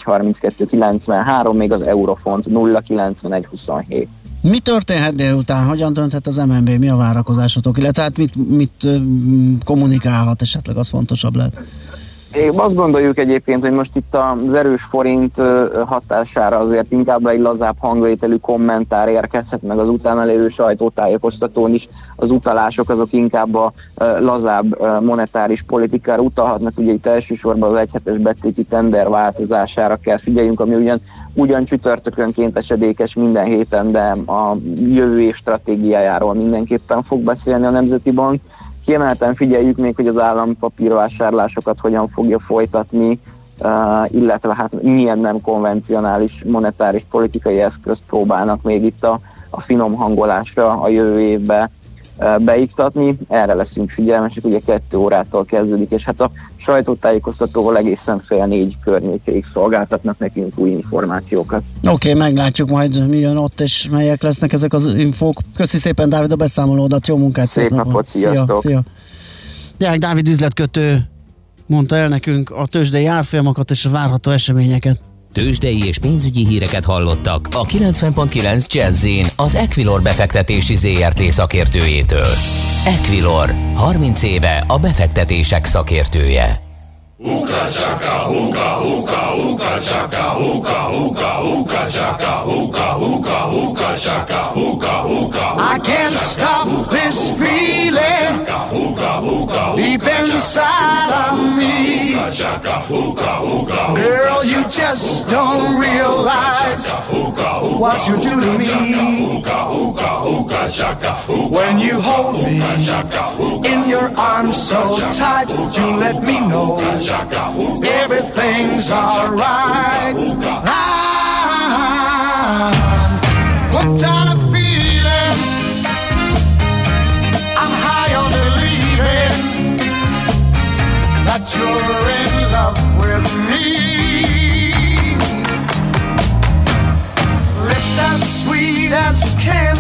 1,3293, még az eurofont 0,9127. Mi történhet délután? Hogyan dönthet az MNB? Mi a várakozásotok? Illetve hát mit kommunikálhat esetleg, az fontosabb lehet? Azt gondoljuk egyébként, hogy most itt az erős forint hatására azért inkább egy lazább hangvételű kommentár érkezhet, meg az utána lévő sajtótájékoztatón is az utalások azok inkább a lazább monetáris politikára utalhatnak. Ugye itt elsősorban az egyhetes betéti tender változására kell figyeljünk, ami ugyan csütörtökönként esedékes minden héten, de a jövő év stratégiájáról mindenképpen fog beszélni a Nemzeti Bank. Kiemelten figyeljük még, hogy az állampapírvásárlásokat hogyan fogja folytatni, illetve hát milyen nem konvencionális monetáris politikai eszközt próbálnak még itt a finom hangolásra a jövő évbe beiktatni. Erre leszünk figyelmesek, ugye 2 órától kezdődik, és hát a sajtótájékoztatóval egészen fél 4 környékéig szolgáltatnak nekünk új információkat. Oké, meglátjuk majd, mi jön ott, és melyek lesznek ezek az infók. Köszi szépen, Dávid, a beszámolódat, jó munkát, szép napot! Sziasztok! Szia. Deák Dávid üzletkötő mondta el nekünk a tőzsdei árfolyamokat és a várható eseményeket. Tőzsdei és pénzügyi híreket hallottak a 90.9 Jazz-in az Equilor befektetési ZRT szakértőjétől. Equilor, 30 éve a befektetések szakértője. Uka chaka, uka, uka, uka chaka, uka, uka, uka chaka, uka, uka, uka chaka, uka, uka. I can't stop this feeling deep inside of me. Girl, you just don't realize what you do to me. When you hold me in your arms so tight, you let me know everything's alright. I'm hooked on a feeling, I'm high on believing that you're in love with me. Lips as sweet as candy,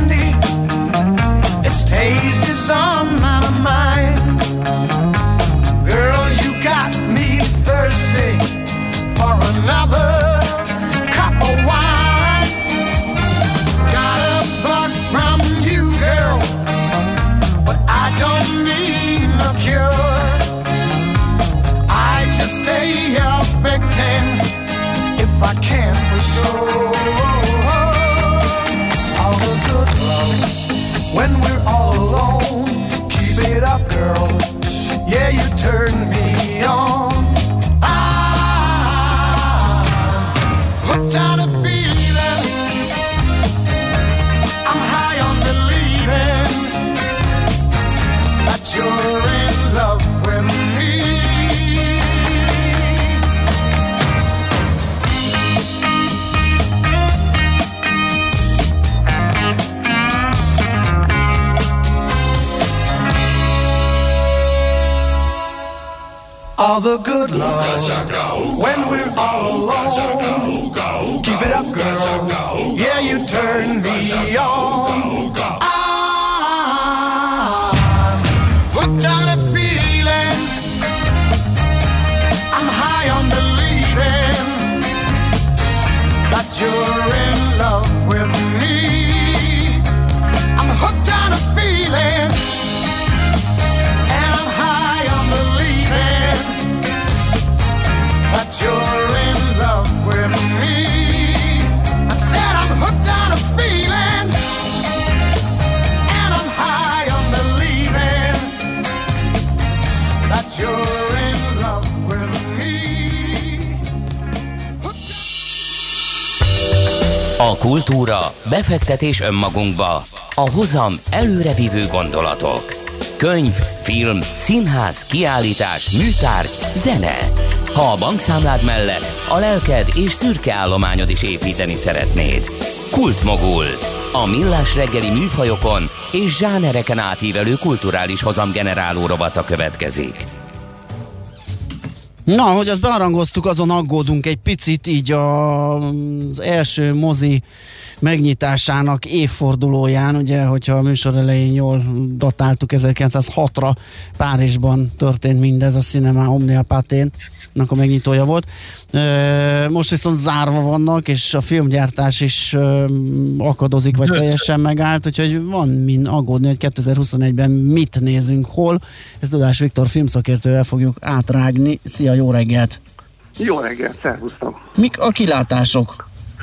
all the good love when we're all alone. Keep it up, girl. Yeah, you turn me on. I'm hooked on a feeling. I'm high on believing that you're in love with me. I'm hooked on a feeling, and I'm high on believing that you're in love with me. I said I'm hooked on a feeling, and I'm high on believing that you're in love with me. A kultúra, befektetés önmagunkba, a hozam előrevívő gondolatok. Könyv, film, színház, kiállítás, műtárgy, zene. Ha a bankszámlád mellett a lelked és szürke állományod is építeni szeretnéd. Kultmogul. A millás reggeli műfajokon és zsánereken átívelő kulturális hozamgeneráló rovata következik. Na, hogy azt beharangoztuk, azon aggódunk egy picit, így az első mozi megnyitásának évfordulóján, ugye, hogyha a műsor elején jól datáltuk, 1906-ra Párizsban történt mindez, a Cinema Omnia Pathé-nak a megnyitója volt. Most viszont zárva vannak, és a filmgyártás is akadozik, vagy teljesen megállt, úgyhogy van min aggódni, hogy 2021-ben mit nézünk hol. Ezt Dudás Viktor filmszakértővel fogjuk átrágni. Szia, jó reggelt! Jó reggelt, szervusztok! Mik a kilátások?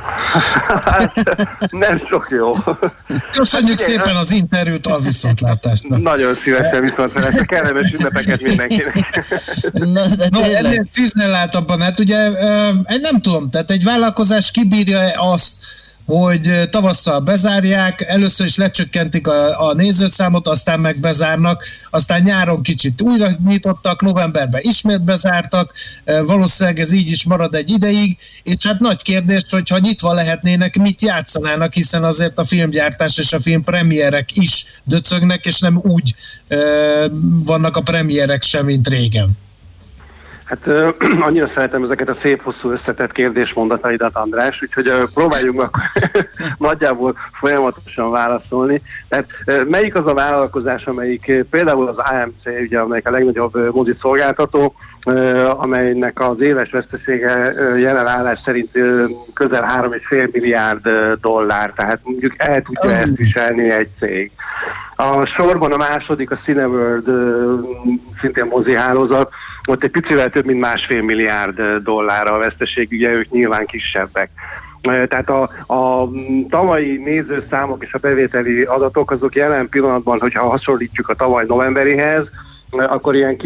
Nem sok jó. Köszönjük szépen az interjút, a viszontlátásnak. Nagyon szívesen viszontlátásnak, kellemes ünnepeket mindenkinek. Ennél ciznelláltabban, hát ugye nem tudom, tehát egy vállalkozás kibírja azt, hogy tavasszal bezárják, először is lecsökkentik a nézőszámot, aztán meg bezárnak, aztán nyáron kicsit újra nyitottak, novemberben ismét bezártak, valószínűleg ez így is marad egy ideig, és hát nagy kérdés, hogyha nyitva lehetnének, mit játszanának, hiszen azért a filmgyártás és a filmpremierek is döcögnek, és nem úgy vannak a premierek sem, mint régen. Hát annyira szeretem ezeket a szép, hosszú, összetett kérdésmondataidat, András, úgyhogy próbáljunk akkor nagyjából folyamatosan válaszolni. Tehát melyik az a vállalkozás, amelyik például az AMC, ugye, amelyik a legnagyobb mozi szolgáltató, amelynek az éves vesztesége jelen állás szerint közel $3,5 milliárd, tehát mondjuk el tudja ezt viselni egy cég. A sorban a második a Cineworld, szintén mozi hálózat, ott egy picivel több mint $1,5 milliárd a veszteség, ugye ők nyilván kisebbek. Tehát a tavalyi nézőszámok és a bevételi adatok azok jelen pillanatban, hogyha hasonlítjuk a tavaly novemberihez, akkor ilyen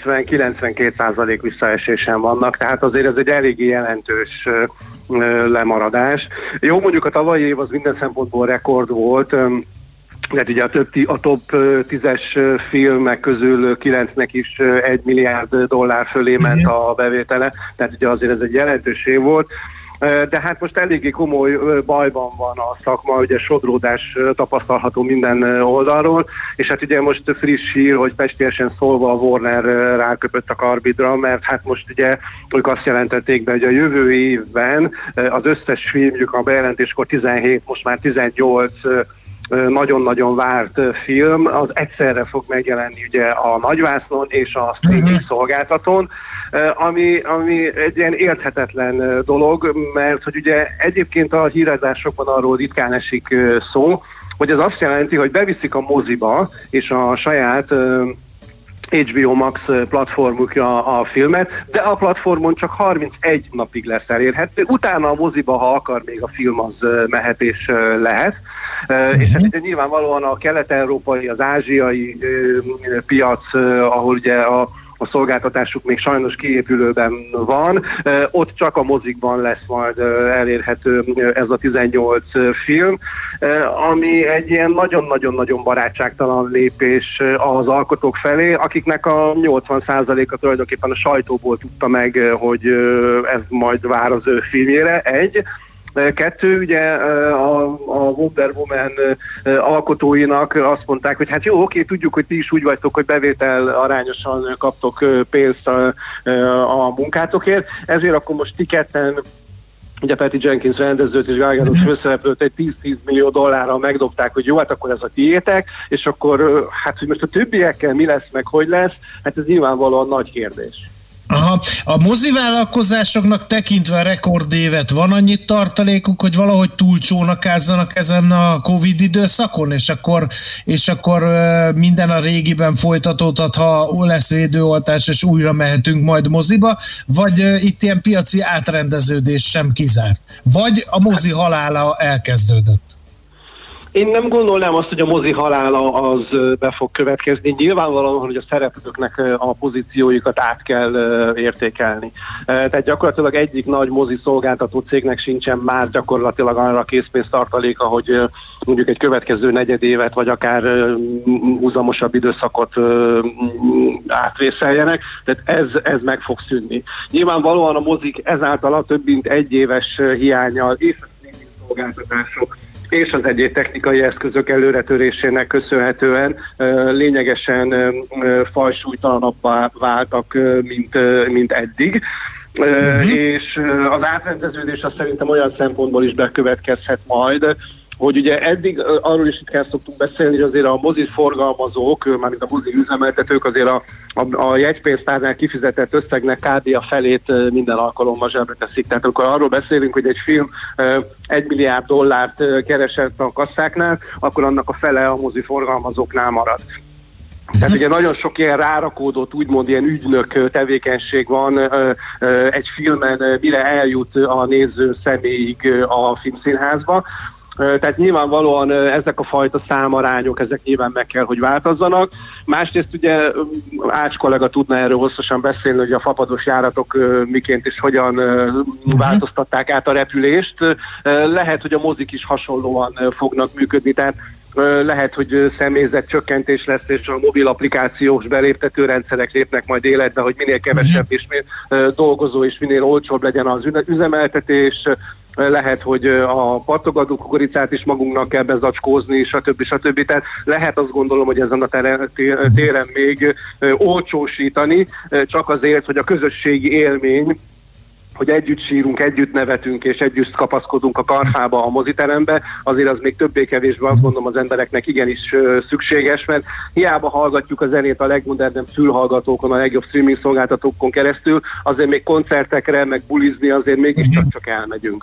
90-92% visszaesésen vannak, tehát azért ez egy eléggé jelentős lemaradás. Jó, mondjuk a tavalyi év az minden szempontból rekord volt, tehát ugye a top 10-es filmek közül 9-nek is $1 milliárd fölé ment a bevétele, tehát ugye azért ez egy jelentős év volt. De hát most eléggé komoly bajban van a szakma, ugye sodródás tapasztalható minden oldalról, és hát ugye most friss hír, hogy pestélyesen szólva a Warner ráköpött a karbidra, mert hát most ugye ők azt jelentették be, hogy a jövő évben az összes filmjük a bejelentéskor 17, most már 18 nagyon-nagyon várt film, az egyszerre fog megjelenni ugye a nagyvásznon és a streaming szolgáltatón, ami egy ilyen érthetetlen dolog, mert hogy ugye egyébként a hírezásokban arról ritkán esik szó, hogy ez azt jelenti, hogy beviszik a moziba, és a saját HBO Max platformukja a filmet, de a platformon csak 31 napig lesz elérhető. Utána a moziba, ha akar, még a film az mehet és lehet. És hát ugye nyilvánvalóan a kelet-európai, az ázsiai piac, ahol ugye a szolgáltatásuk még sajnos kiépülőben van, ott csak a mozikban lesz majd elérhető ez a 18 film, ami egy ilyen nagyon-nagyon-nagyon barátságtalan lépés az alkotók felé, akiknek a 80%-a tulajdonképpen a sajtóból tudta meg, hogy ez majd vár az ő filmjére, 2, ugye a Wonder Woman alkotóinak azt mondták, hogy hát jó, oké, tudjuk, hogy ti is úgy vagytok, hogy bevétel arányosan kaptok pénzt a munkátokért, ezért akkor most ti ketten, ugye Patty Jenkins rendezőt és Gal Gadot főszereplőt egy $10 millió megdobták, hogy jó, hát akkor ez a tiétek, és akkor hát, hogy most a többiekkel mi lesz, meg hogy lesz, hát ez nyilvánvalóan nagy kérdés. Aha. A mozivállalkozásoknak tekintve a rekordévet van annyi tartalékuk, hogy valahogy túlcsónakázzanak ezen a Covid időszakon, és akkor minden a régiben folytatódhat, ha lesz védőoltás, és újra mehetünk majd moziba, vagy itt ilyen piaci átrendeződés sem kizárt? Vagy a mozi halála elkezdődött? Én nem gondolnám azt, hogy a mozi halála az be fog következni. Nyilvánvalóan, hogy a szereplőknek a pozícióikat át kell értékelni. Tehát gyakorlatilag egyik nagy mozi szolgáltató cégnek sincsen már gyakorlatilag arra készpénztartaléka, hogy mondjuk egy következő negyedévet, vagy akár húzamosabb időszakot átvészeljenek. Tehát ez meg fog szűnni. Nyilvánvalóan a mozik ezáltal a több mint egy éves hiánnyal és a szolgáltatások és az egyéb technikai eszközök előretörésének köszönhetően lényegesen fajsúlytalanabbá váltak, mint eddig. És az átrendeződés azt szerintem olyan szempontból is bekövetkezhet majd, hogy ugye eddig arról is ritkán szoktunk beszélni, hogy azért a mozi forgalmazók, mármint a mozi üzemeltetők azért a jegypénztárnál kifizetett összegnek kb. A felét minden alkalommal zsebre teszik. Tehát amikor arról beszélünk, hogy egy film $1 milliárd keresett a kasszáknál, akkor annak a fele a mozi forgalmazóknál marad. Tehát ugye nagyon sok ilyen rárakódott, úgymond ilyen ügynök tevékenység van egy filmen, mire eljut a néző személyig a filmszínházba. Tehát nyilvánvalóan ezek a fajta számarányok, ezek nyilván meg kell, hogy változzanak. Másrészt ugye Ács kollega tudna erről hosszasan beszélni, hogy a fapados járatok miként és hogyan változtatták át a repülést. Lehet, hogy a mozik is hasonlóan fognak működni, tehát lehet, hogy személyzet csökkentés lesz, és a mobil applikációs beléptető rendszerek lépnek majd életbe, hogy minél kevesebb és minél dolgozó és minél olcsóbb legyen az üzemeltetés. Lehet, hogy a pattogató kukoricát is magunknak kell bezacskózni, stb. Tehát lehet azt gondolom, hogy ezen a téren még olcsósítani, csak azért, hogy a közösségi élmény, hogy együtt sírunk, együtt nevetünk és együtt kapaszkodunk a karfába, a moziterembe, azért az még többé-kevésbé azt gondolom az embereknek igenis szükséges, mert hiába hallgatjuk a zenét a legmodernebb fülhallgatókon, a legjobb streaming szolgáltatókon keresztül, azért még koncertekre, meg bulizni azért mégiscsak csak elmegyünk.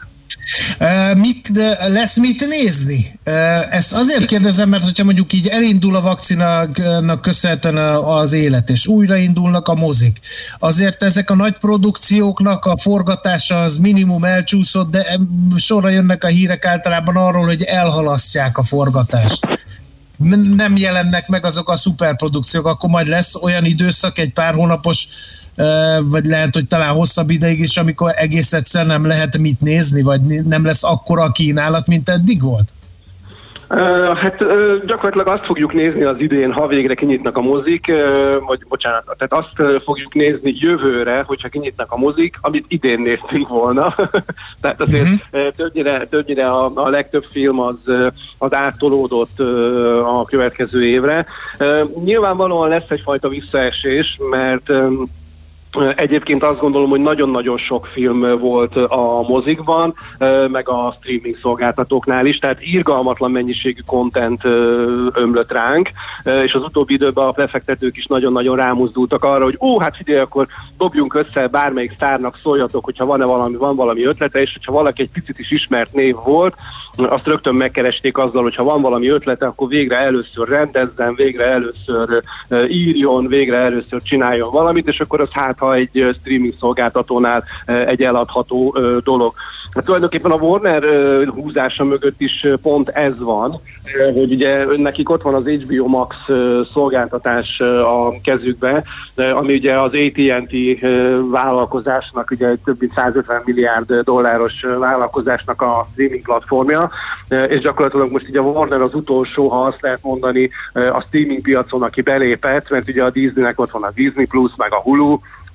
Lesz mit nézni? Ezt azért kérdezem, mert hogyha mondjuk így elindul a vakcinának köszönhetően az élet, és újraindulnak a mozik, azért ezek a nagy produkcióknak a forgatása az minimum elcsúszott, de sorra jönnek a hírek általában arról, hogy elhalasztják a forgatást. Nem jelennek meg azok a szuperprodukciók, akkor majd lesz olyan időszak, egy pár hónapos, vagy lehet, hogy talán hosszabb ideig is, amikor egész egyszer nem lehet mit nézni, vagy nem lesz akkora a kínálat, mint eddig volt? Hát gyakorlatilag azt fogjuk nézni az idén, ha végre kinyitnak a mozik, tehát azt fogjuk nézni jövőre, hogyha kinyitnak a mozik, amit idén néztünk volna. Tehát azért többnyire a legtöbb film az áttolódott a következő évre. Nyilvánvalóan lesz egyfajta visszaesés, mert egyébként azt gondolom, hogy nagyon-nagyon sok film volt a mozikban, meg a streaming szolgáltatóknál is, tehát irgalmatlan mennyiségű content ömlött ránk, és az utóbbi időben a befektetők is nagyon-nagyon rámozdultak arra, hogy hát figyelj, akkor dobjunk össze, bármelyik sztárnak szóljatok, hogyha van valami ötlete, és hogyha valaki egy picit is ismert név volt, azt rögtön megkeresték azzal, hogy ha van valami ötlete, akkor végre először rendezzen, végre először írjon, végre először csináljon valamit, és akkor az ha egy streaming szolgáltatónál egy eladható dolog. Hát tulajdonképpen a Warner húzása mögött is pont ez van, hogy ugye nekik ott van az HBO Max szolgáltatás a kezükbe, ami ugye az AT&T vállalkozásnak, ugye egy több mint $150 milliárd vállalkozásnak a streaming platformja, és gyakorlatilag most ugye a Warner az utolsó, ha azt lehet mondani, a streaming piacon, aki belépett, mert ugye a Disneynek ott van a Disney Plus, meg a Hulu,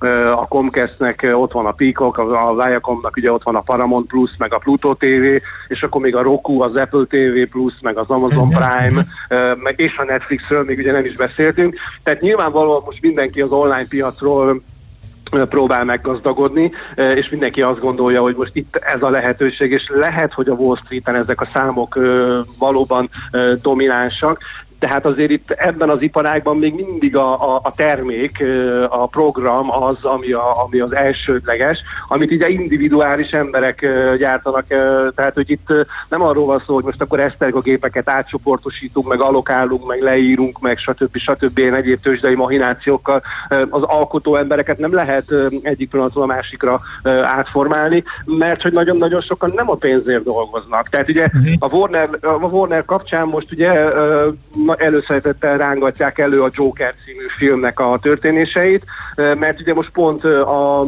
a Comcastnek ott van a Peacock, a Viacomnak ugye ott van a Paramount Plus, meg a Pluto TV, és akkor még a Roku, az Apple TV Plus, meg az Amazon Prime, meg és a Netflixről még ugye nem is beszéltünk. Tehát nyilvánvalóan most mindenki az online piacról próbál meggazdagodni, és mindenki azt gondolja, hogy most itt ez a lehetőség, és lehet, hogy a Wall Streeten ezek a számok valóban dominánsak, tehát azért itt ebben az iparágban még mindig a termék, a program az, ami az elsődleges, amit ugye individuális emberek gyártanak, tehát hogy itt nem arról van szó, hogy most akkor esztergogépeket átcsoportosítunk, meg allokálunk, meg leírunk, meg stb. Ilyen egyéb tőzsdei mahinációkkal az alkotó embereket nem lehet egyik pillanatról a másikra átformálni, mert hogy nagyon-nagyon sokan nem a pénzért dolgoznak. Tehát ugye a Warner kapcsán most ugye előszeretettel rángatják elő a Joker című filmnek a történéseit, mert ugye most pont a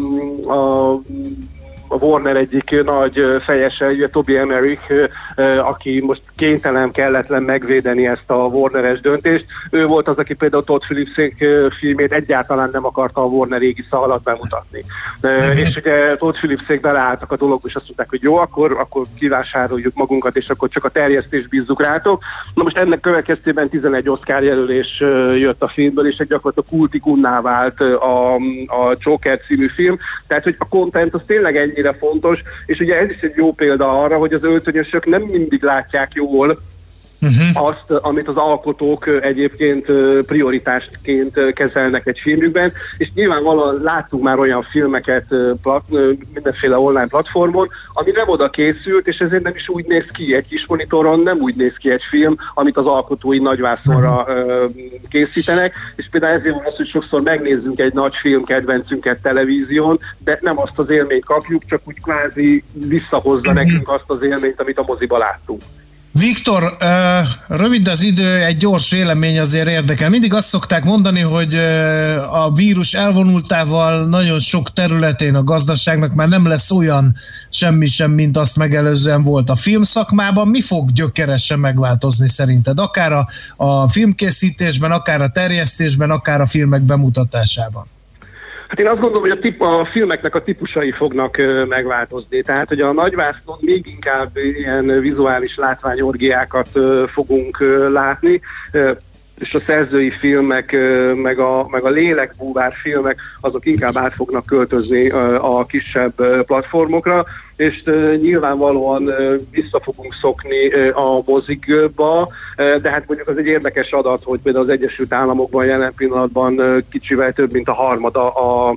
Warner egyik nagy fejese, ugye Toby Emmerich, aki most kénytelen, kelletlen megvédeni ezt a Warner-es döntést. Ő volt az, aki például Todd Phillips filmét egyáltalán nem akarta a Warner égisze alatt bemutatni. És ugye Todd Phillipsék beleálltak a dologba, és azt mondták, hogy jó, akkor kivásároljuk magunkat, és akkor csak a terjesztést bízzuk rátok. Na most ennek következtében 11 Oscar jelölés jött a filmből, és gyakorlatilag kultikunná vált a Joker című film. Tehát, hogy a content az tényleg ennyire fontos, és ugye ez is egy jó példa arra, hogy az öltönyösök nem mindig látják jól azt, amit az alkotók egyébként prioritásként kezelnek egy filmükben, és nyilvánvalóan láttunk már olyan filmeket mindenféle online platformon, ami nem oda készült, és ezért nem is úgy néz ki egy kis monitoron, nem úgy néz ki egy film, amit az alkotói nagyvászonra készítenek, és például ezért van az, hogy sokszor megnézzünk egy nagy film kedvencünket televízión, de nem azt az élményt kapjuk, csak úgy kvázi visszahozza nekünk azt az élményt, amit a moziba láttunk. Viktor, rövid az idő, egy gyors vélemény azért érdekel. Mindig azt szokták mondani, hogy a vírus elvonultával nagyon sok területén a gazdaságnak már nem lesz olyan semmi sem, mint azt megelőzően volt. A filmszakmában mi fog gyökeresen megváltozni szerinted? Akár a filmkészítésben, akár a terjesztésben, akár a filmek bemutatásában? Hát én azt gondolom, hogy a filmeknek a típusai fognak megváltozni. Tehát, hogy a nagyvásznon még inkább ilyen vizuális látványorgiákat fogunk látni, és a szerzői filmek, meg a lélekbúvár filmek, azok inkább át fognak költözni a kisebb platformokra, és nyilvánvalóan vissza fogunk szokni a mozikba, de hát mondjuk az egy érdekes adat, hogy például az Egyesült Államokban jelen pillanatban kicsivel több mint a harmada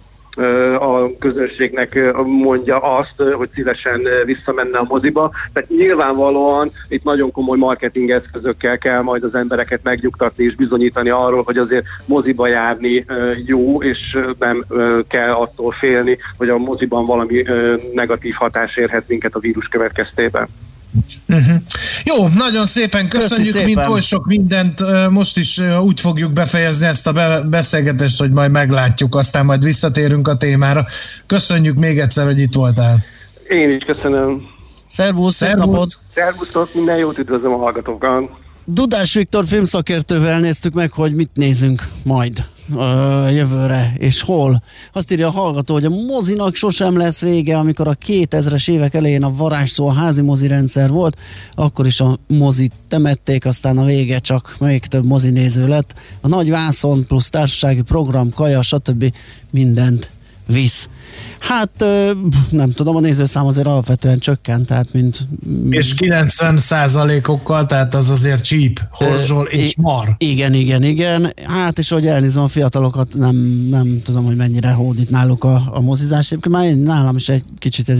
a közönségnek mondja azt, hogy szívesen visszamenne a moziba. Tehát nyilvánvalóan itt nagyon komoly marketing eszközökkel kell majd az embereket megnyugtatni és bizonyítani arról, hogy azért moziba járni jó, és nem kell attól félni, hogy a moziban valami negatív hatás érhet minket a vírus következtében. Jó, nagyon szépen köszönjük, mint oly sok mindent. Most is úgy fogjuk befejezni ezt a beszélgetést, hogy majd meglátjuk, aztán majd visszatérünk a témára. Köszönjük még egyszer, hogy itt voltál. Én is köszönöm. Szervusz, szép napot! Szervusztok, minden jót, üdvözlöm a hallgatókat! Dudás Viktor filmszakértővel néztük meg, hogy mit nézünk majd jövőre, és hol. Azt írja a hallgató, hogy a mozinak sosem lesz vége, amikor a 2000-es évek elején a varázsszó a házi mozirendszer volt, akkor is a mozit temették, aztán a vége csak még több mozinéző lett. A nagy vászon plusz társasági program, kaja, stb. Mindent visz. Hát nem tudom, a nézőszám azért alapvetően csökkent, tehát mint... És 90%-okkal, tehát az azért csíp, horzsol és mar. Igen. Hát és ahogy elnézem a fiatalokat, nem tudom, hogy mennyire hódít náluk a mozizás. Már nálam is egy kicsit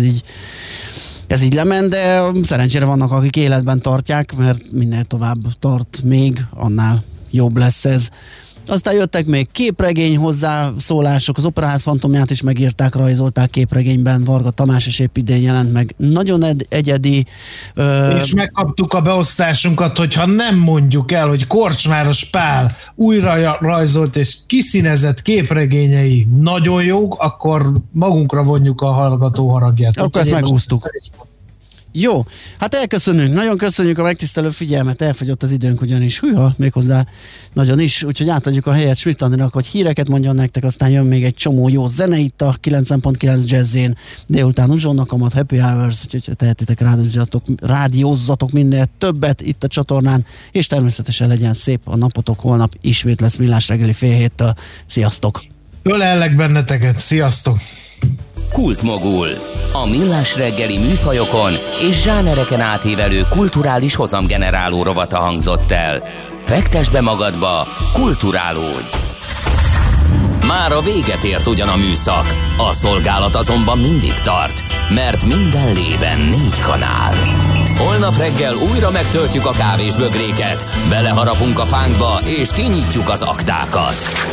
ez így lement, de szerencsére vannak, akik életben tartják, mert minél tovább tart még, annál jobb lesz ez. Aztán jöttek még képregény hozzászólások, az Operaház fantomját is megírták, rajzolták képregényben, Varga Tamás is épp idén jelent meg. Nagyon egyedi. És megkaptuk a beosztásunkat, hogyha nem mondjuk el, hogy Korcsmáros Pál újra rajzolt és kiszínezett képregényei nagyon jók, akkor magunkra vonjuk a hallgató haragját. Akkor ezt megúsztuk. Jó, hát elköszönünk, nagyon köszönjük a megtisztelő figyelmet, elfogyott az időnk ugyanis, hűha, méghozzá nagyon is, úgyhogy átadjuk a helyet Schmidt Andrinak, hogy híreket mondjon nektek, aztán jön még egy csomó jó zene itt a 90.9 Jazzén, délután uzsonnak a Happy Hours, úgyhogy tehetitek, rádiózzatok minél többet itt a csatornán, és természetesen legyen szép a napotok, holnap ismét lesz Millás reggeli 6:30-től. Sziasztok! Ölellek benneteket, sziasztok! Kultmogul. A Millás reggeli műfajokon és zsánereken átívelő kulturális hozamgeneráló rovata hangzott el. Fektesd be magadba, kulturálódj! Már a véget ért ugyan a műszak, a szolgálat azonban mindig tart, mert minden lében 4 kanál. Holnap reggel újra megtöltjük a kávésbögréket, beleharapunk a fánkba és kinyitjuk az aktákat.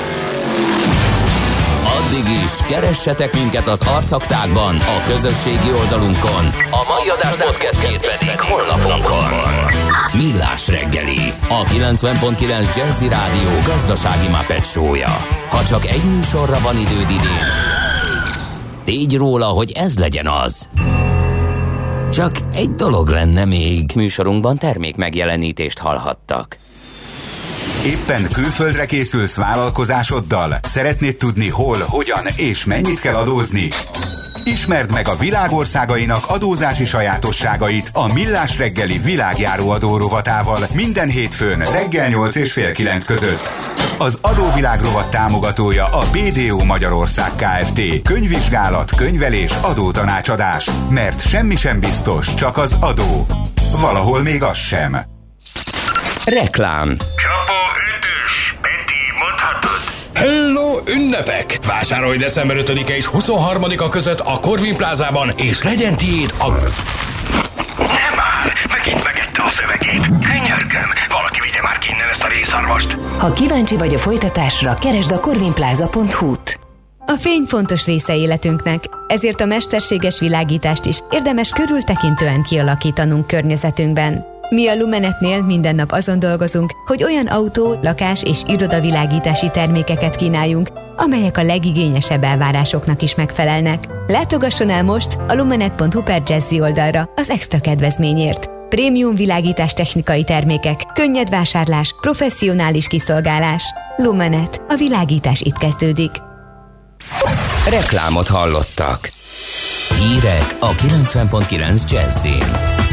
Addig is keressetek minket az arcaktákban, a közösségi oldalunkon. A mai adás podcastjét pedig honlapunkon. Millás reggeli, a 90.9 Jazzy Rádió gazdasági Muppet show-ja. Ha csak egy műsorra van időd idén, tégy róla, hogy ez legyen az. Csak egy dolog lenne még. Műsorunkban termék megjelenítést hallhattak. Éppen külföldre készülsz vállalkozásoddal? Szeretnéd tudni hol, hogyan és mennyit kell adózni? Ismerd meg a világ országainak adózási sajátosságait a Millás reggeli világjáró adó rovatával minden hétfőn reggel 8 és fél 9 között. Az adóvilág rovat támogatója a BDO Magyarország Kft. Könyvvizsgálat, könyvelés, adótanácsadás. Mert semmi sem biztos, csak az adó. Valahol még az sem. Reklám. Hello, ünnepek! Vásárolj december 5-e és 23-a között a Corvin Plázában, és legyen tiéd a... Nem már! Megint megette a szövegét. Könyörgöm, valaki vigye már ki innen ezt a részarvast. Ha kíváncsi vagy a folytatásra, keresd a corvinplaza.hu-t. A fény fontos része életünknek, ezért a mesterséges világítást is érdemes körültekintően kialakítanunk környezetünkben. Mi a Lumenetnél minden nap azon dolgozunk, hogy olyan autó, lakás és irodavilágítási termékeket kínáljunk, amelyek a legigényesebb elvárásoknak is megfelelnek. Látogasson el most a lumenet.hu/jazzy oldalra az extra kedvezményért. Prémium világítás technikai termékek, könnyed vásárlás, professzionális kiszolgálás. Lumenet. A világítás itt kezdődik. Reklámot hallottak. Hírek a 90.9 Jazzyn.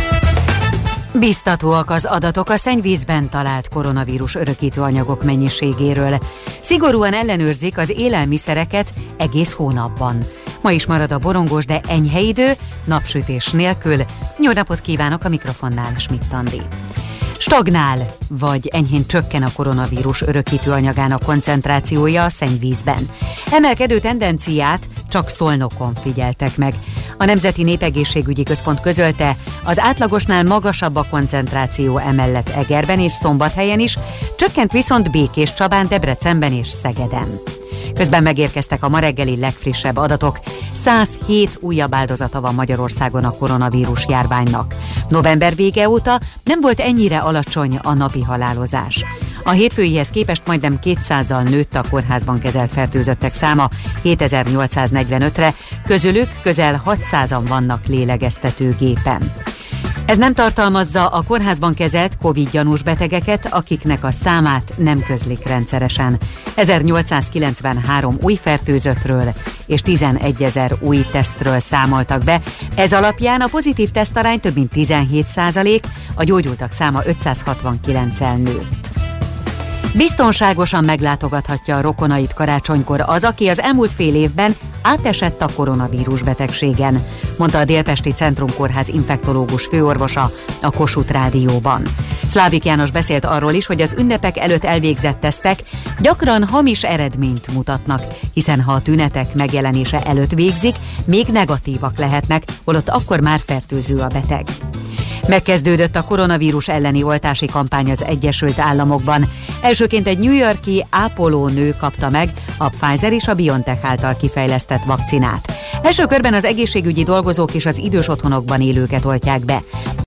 Biztatóak az adatok a szennyvízben talált koronavírus örökítő anyagok mennyiségéről. Szigorúan ellenőrzik az élelmiszereket egész hónapban. Ma is marad a borongos, de enyhe idő, napsütés nélkül. Jó napot kívánok, a mikrofonnál Schmidt Andi. Stagnál, vagy enyhén csökken a koronavírus örökítő anyagának koncentrációja a szennyvízben. Emelkedő tendenciát csak Szolnokon figyeltek meg. A Nemzeti Népegészségügyi Központ közölte, az átlagosnál magasabb a koncentráció emellett Egerben és Szombathelyen is, csökkent viszont Békéscsabán, Debrecenben és Szegeden. Közben megérkeztek a ma reggeli legfrissebb adatok. 107 újabb áldozata van Magyarországon a koronavírus járványnak. November vége óta nem volt ennyire alacsony a napi halálozás. A hétfőihez képest majdnem 200-zal nőtt a kórházban kezelt fertőzöttek száma 7845-re, közülük közel 600-an vannak lélegeztetőgépen. Ez nem tartalmazza a kórházban kezelt Covid-gyanús betegeket, akiknek a számát nem közlik rendszeresen. 1893 új fertőzöttről és 11 000 új tesztről számoltak be. Ez alapján a pozitív tesztarány több mint 17%, a gyógyultak száma 569-el nőtt. Biztonságosan meglátogathatja a rokonait karácsonykor az, aki az elmúlt fél évben átesett a koronavírus betegségen, mondta a Délpesti Centrumkórház infektológus főorvosa a Kossuth Rádióban. Szlávik János beszélt arról is, hogy az ünnepek előtt elvégzett tesztek gyakran hamis eredményt mutatnak, hiszen ha a tünetek megjelenése előtt végzik, még negatívak lehetnek, holott akkor már fertőző a beteg. Megkezdődött a koronavírus elleni oltási kampány az Egyesült Államokban. Elsőként egy New York-i ápolónő kapta meg a Pfizer és a BioNTech által kifejlesztett vakcinát. Első körben az egészségügyi dolgozók és az idős otthonokban élőket oltják be.